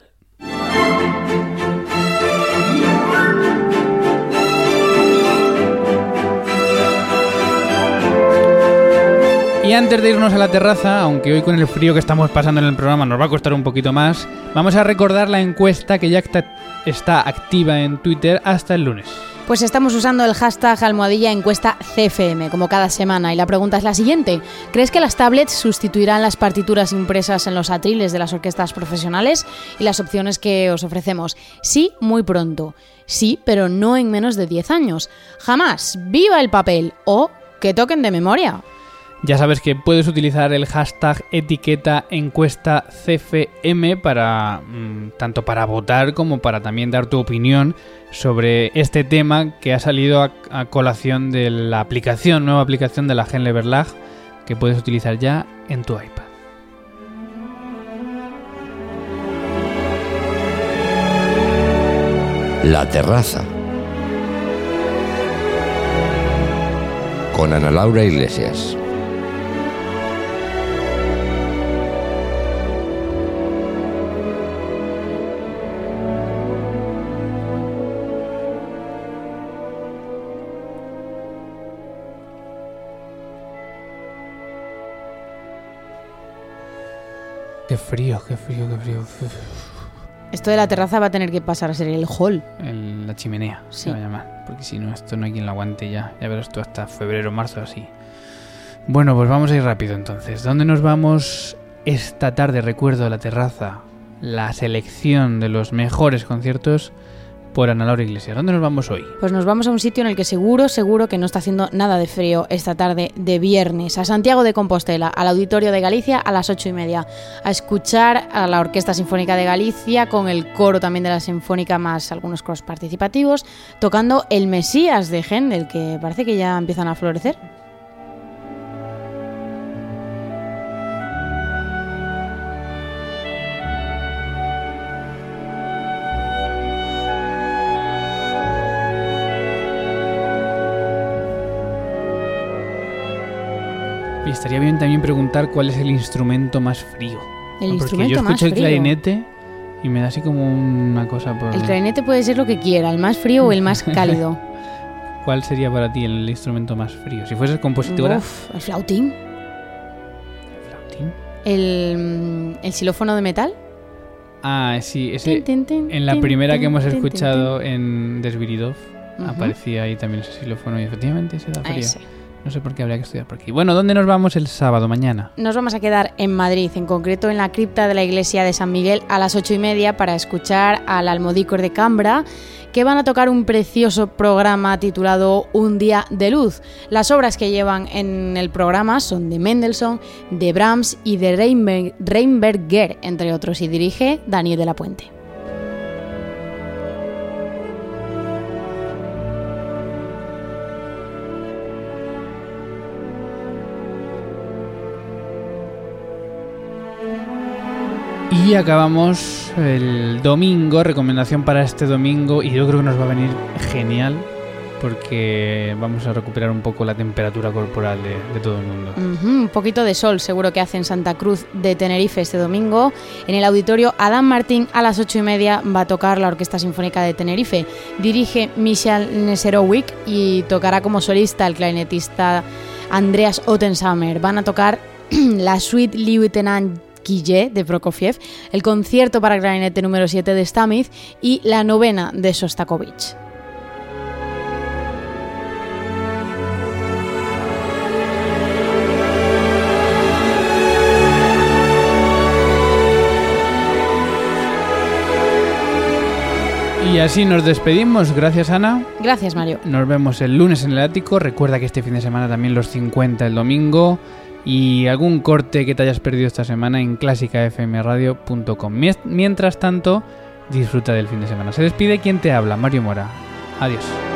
Speaker 3: Y antes de irnos a la terraza, aunque hoy con el frío que estamos pasando en el programa nos va a costar un poquito más, vamos a recordar la encuesta que ya está activa en Twitter hasta el lunes.
Speaker 4: Pues estamos usando el hashtag #encuesta CFM, como cada semana, y la pregunta es la siguiente. ¿Crees que las tablets sustituirán las partituras impresas en los atriles de las orquestas profesionales? Y las opciones que os ofrecemos. Sí, muy pronto. Sí, pero no en menos de 10 años. Jamás. ¡Viva el papel! O que toquen de memoria.
Speaker 3: Ya sabes que puedes utilizar el hashtag etiqueta encuesta CFM para tanto para votar como para también dar tu opinión sobre este tema que ha salido a colación de la nueva aplicación de la Henle Verlag que puedes utilizar ya en tu iPad.
Speaker 5: La terraza. Con Ana Laura Iglesias.
Speaker 3: Qué frío.
Speaker 4: Esto de la terraza va a tener que pasar a ser el hall.
Speaker 3: La chimenea,
Speaker 4: Sí.
Speaker 3: se va a llamar. Porque si no, esto no hay quien lo aguante ya. Ya verás tú hasta febrero, marzo, así. Bueno, pues vamos a ir rápido entonces. ¿Dónde nos vamos esta tarde? Recuerdo la terraza, la selección de los mejores conciertos por Ana Laura Iglesias. ¿Dónde nos vamos hoy?
Speaker 4: Pues nos vamos a un sitio en el que seguro que no está haciendo nada de frío esta tarde de viernes. A Santiago de Compostela, al Auditorio de Galicia a las 8:30. A escuchar a la Orquesta Sinfónica de Galicia con el coro también de la Sinfónica más algunos coros participativos, tocando el Mesías de Händel, que parece que ya empiezan a florecer.
Speaker 3: Y estaría bien también preguntar cuál es el instrumento más frío.
Speaker 4: El
Speaker 3: Porque
Speaker 4: instrumento
Speaker 3: yo
Speaker 4: más
Speaker 3: escucho el
Speaker 4: frío.
Speaker 3: clarinete y me da así como una cosa por...
Speaker 4: El clarinete puede ser lo que quiera, el más frío o el más cálido.
Speaker 3: ¿Cuál sería para ti el instrumento más frío? Si fueses compositora...
Speaker 4: Uf, el flautín.
Speaker 3: ¿Flautín?
Speaker 4: El xilófono de metal.
Speaker 3: Ah, sí, ese...
Speaker 4: Tin, tin, tin,
Speaker 3: En la
Speaker 4: tin,
Speaker 3: primera que
Speaker 4: tin,
Speaker 3: hemos
Speaker 4: tin, tin,
Speaker 3: escuchado en Desviridov
Speaker 4: Ujú.
Speaker 3: aparecía ahí también ese xilófono y efectivamente se da
Speaker 4: A
Speaker 3: frío.
Speaker 4: ese.
Speaker 3: No sé por qué habría que estudiar por aquí. Bueno, ¿dónde nos vamos el sábado mañana?
Speaker 4: Nos vamos a quedar en Madrid, en concreto en la cripta de la iglesia de San Miguel a las 8:30 para escuchar al Almodícor de Cambra, que van a tocar un precioso programa titulado Un día de luz. Las obras que llevan en el programa son de Mendelssohn, de Brahms y de Reinberger, entre otros, y dirige Daniel de la Puente.
Speaker 3: Y acabamos el domingo, recomendación para este domingo, y yo creo que nos va a venir genial porque vamos a recuperar un poco la temperatura corporal de todo el mundo.
Speaker 4: Un poquito de sol seguro que hace en Santa Cruz de Tenerife este domingo. En el auditorio Adam Martín a las 8:30 va a tocar la Orquesta Sinfónica de Tenerife. Dirige Michal Neserovic y tocará como solista el clarinetista Andreas Ottensamer. Van a tocar la suite Lieutenant Guille de Prokofiev, el concierto para clarinete número 7 de Stamitz y la novena de Shostakovich.
Speaker 3: Y así nos despedimos. Gracias, Ana.
Speaker 4: Gracias, Mario.
Speaker 3: Nos vemos el lunes en el ático. Recuerda que este fin de semana también los 50 el domingo. Y algún corte que te hayas perdido esta semana en clásicafmradio.com. Mientras tanto, disfruta del fin de semana. Se despide quien te habla, Mario Mora. Adiós.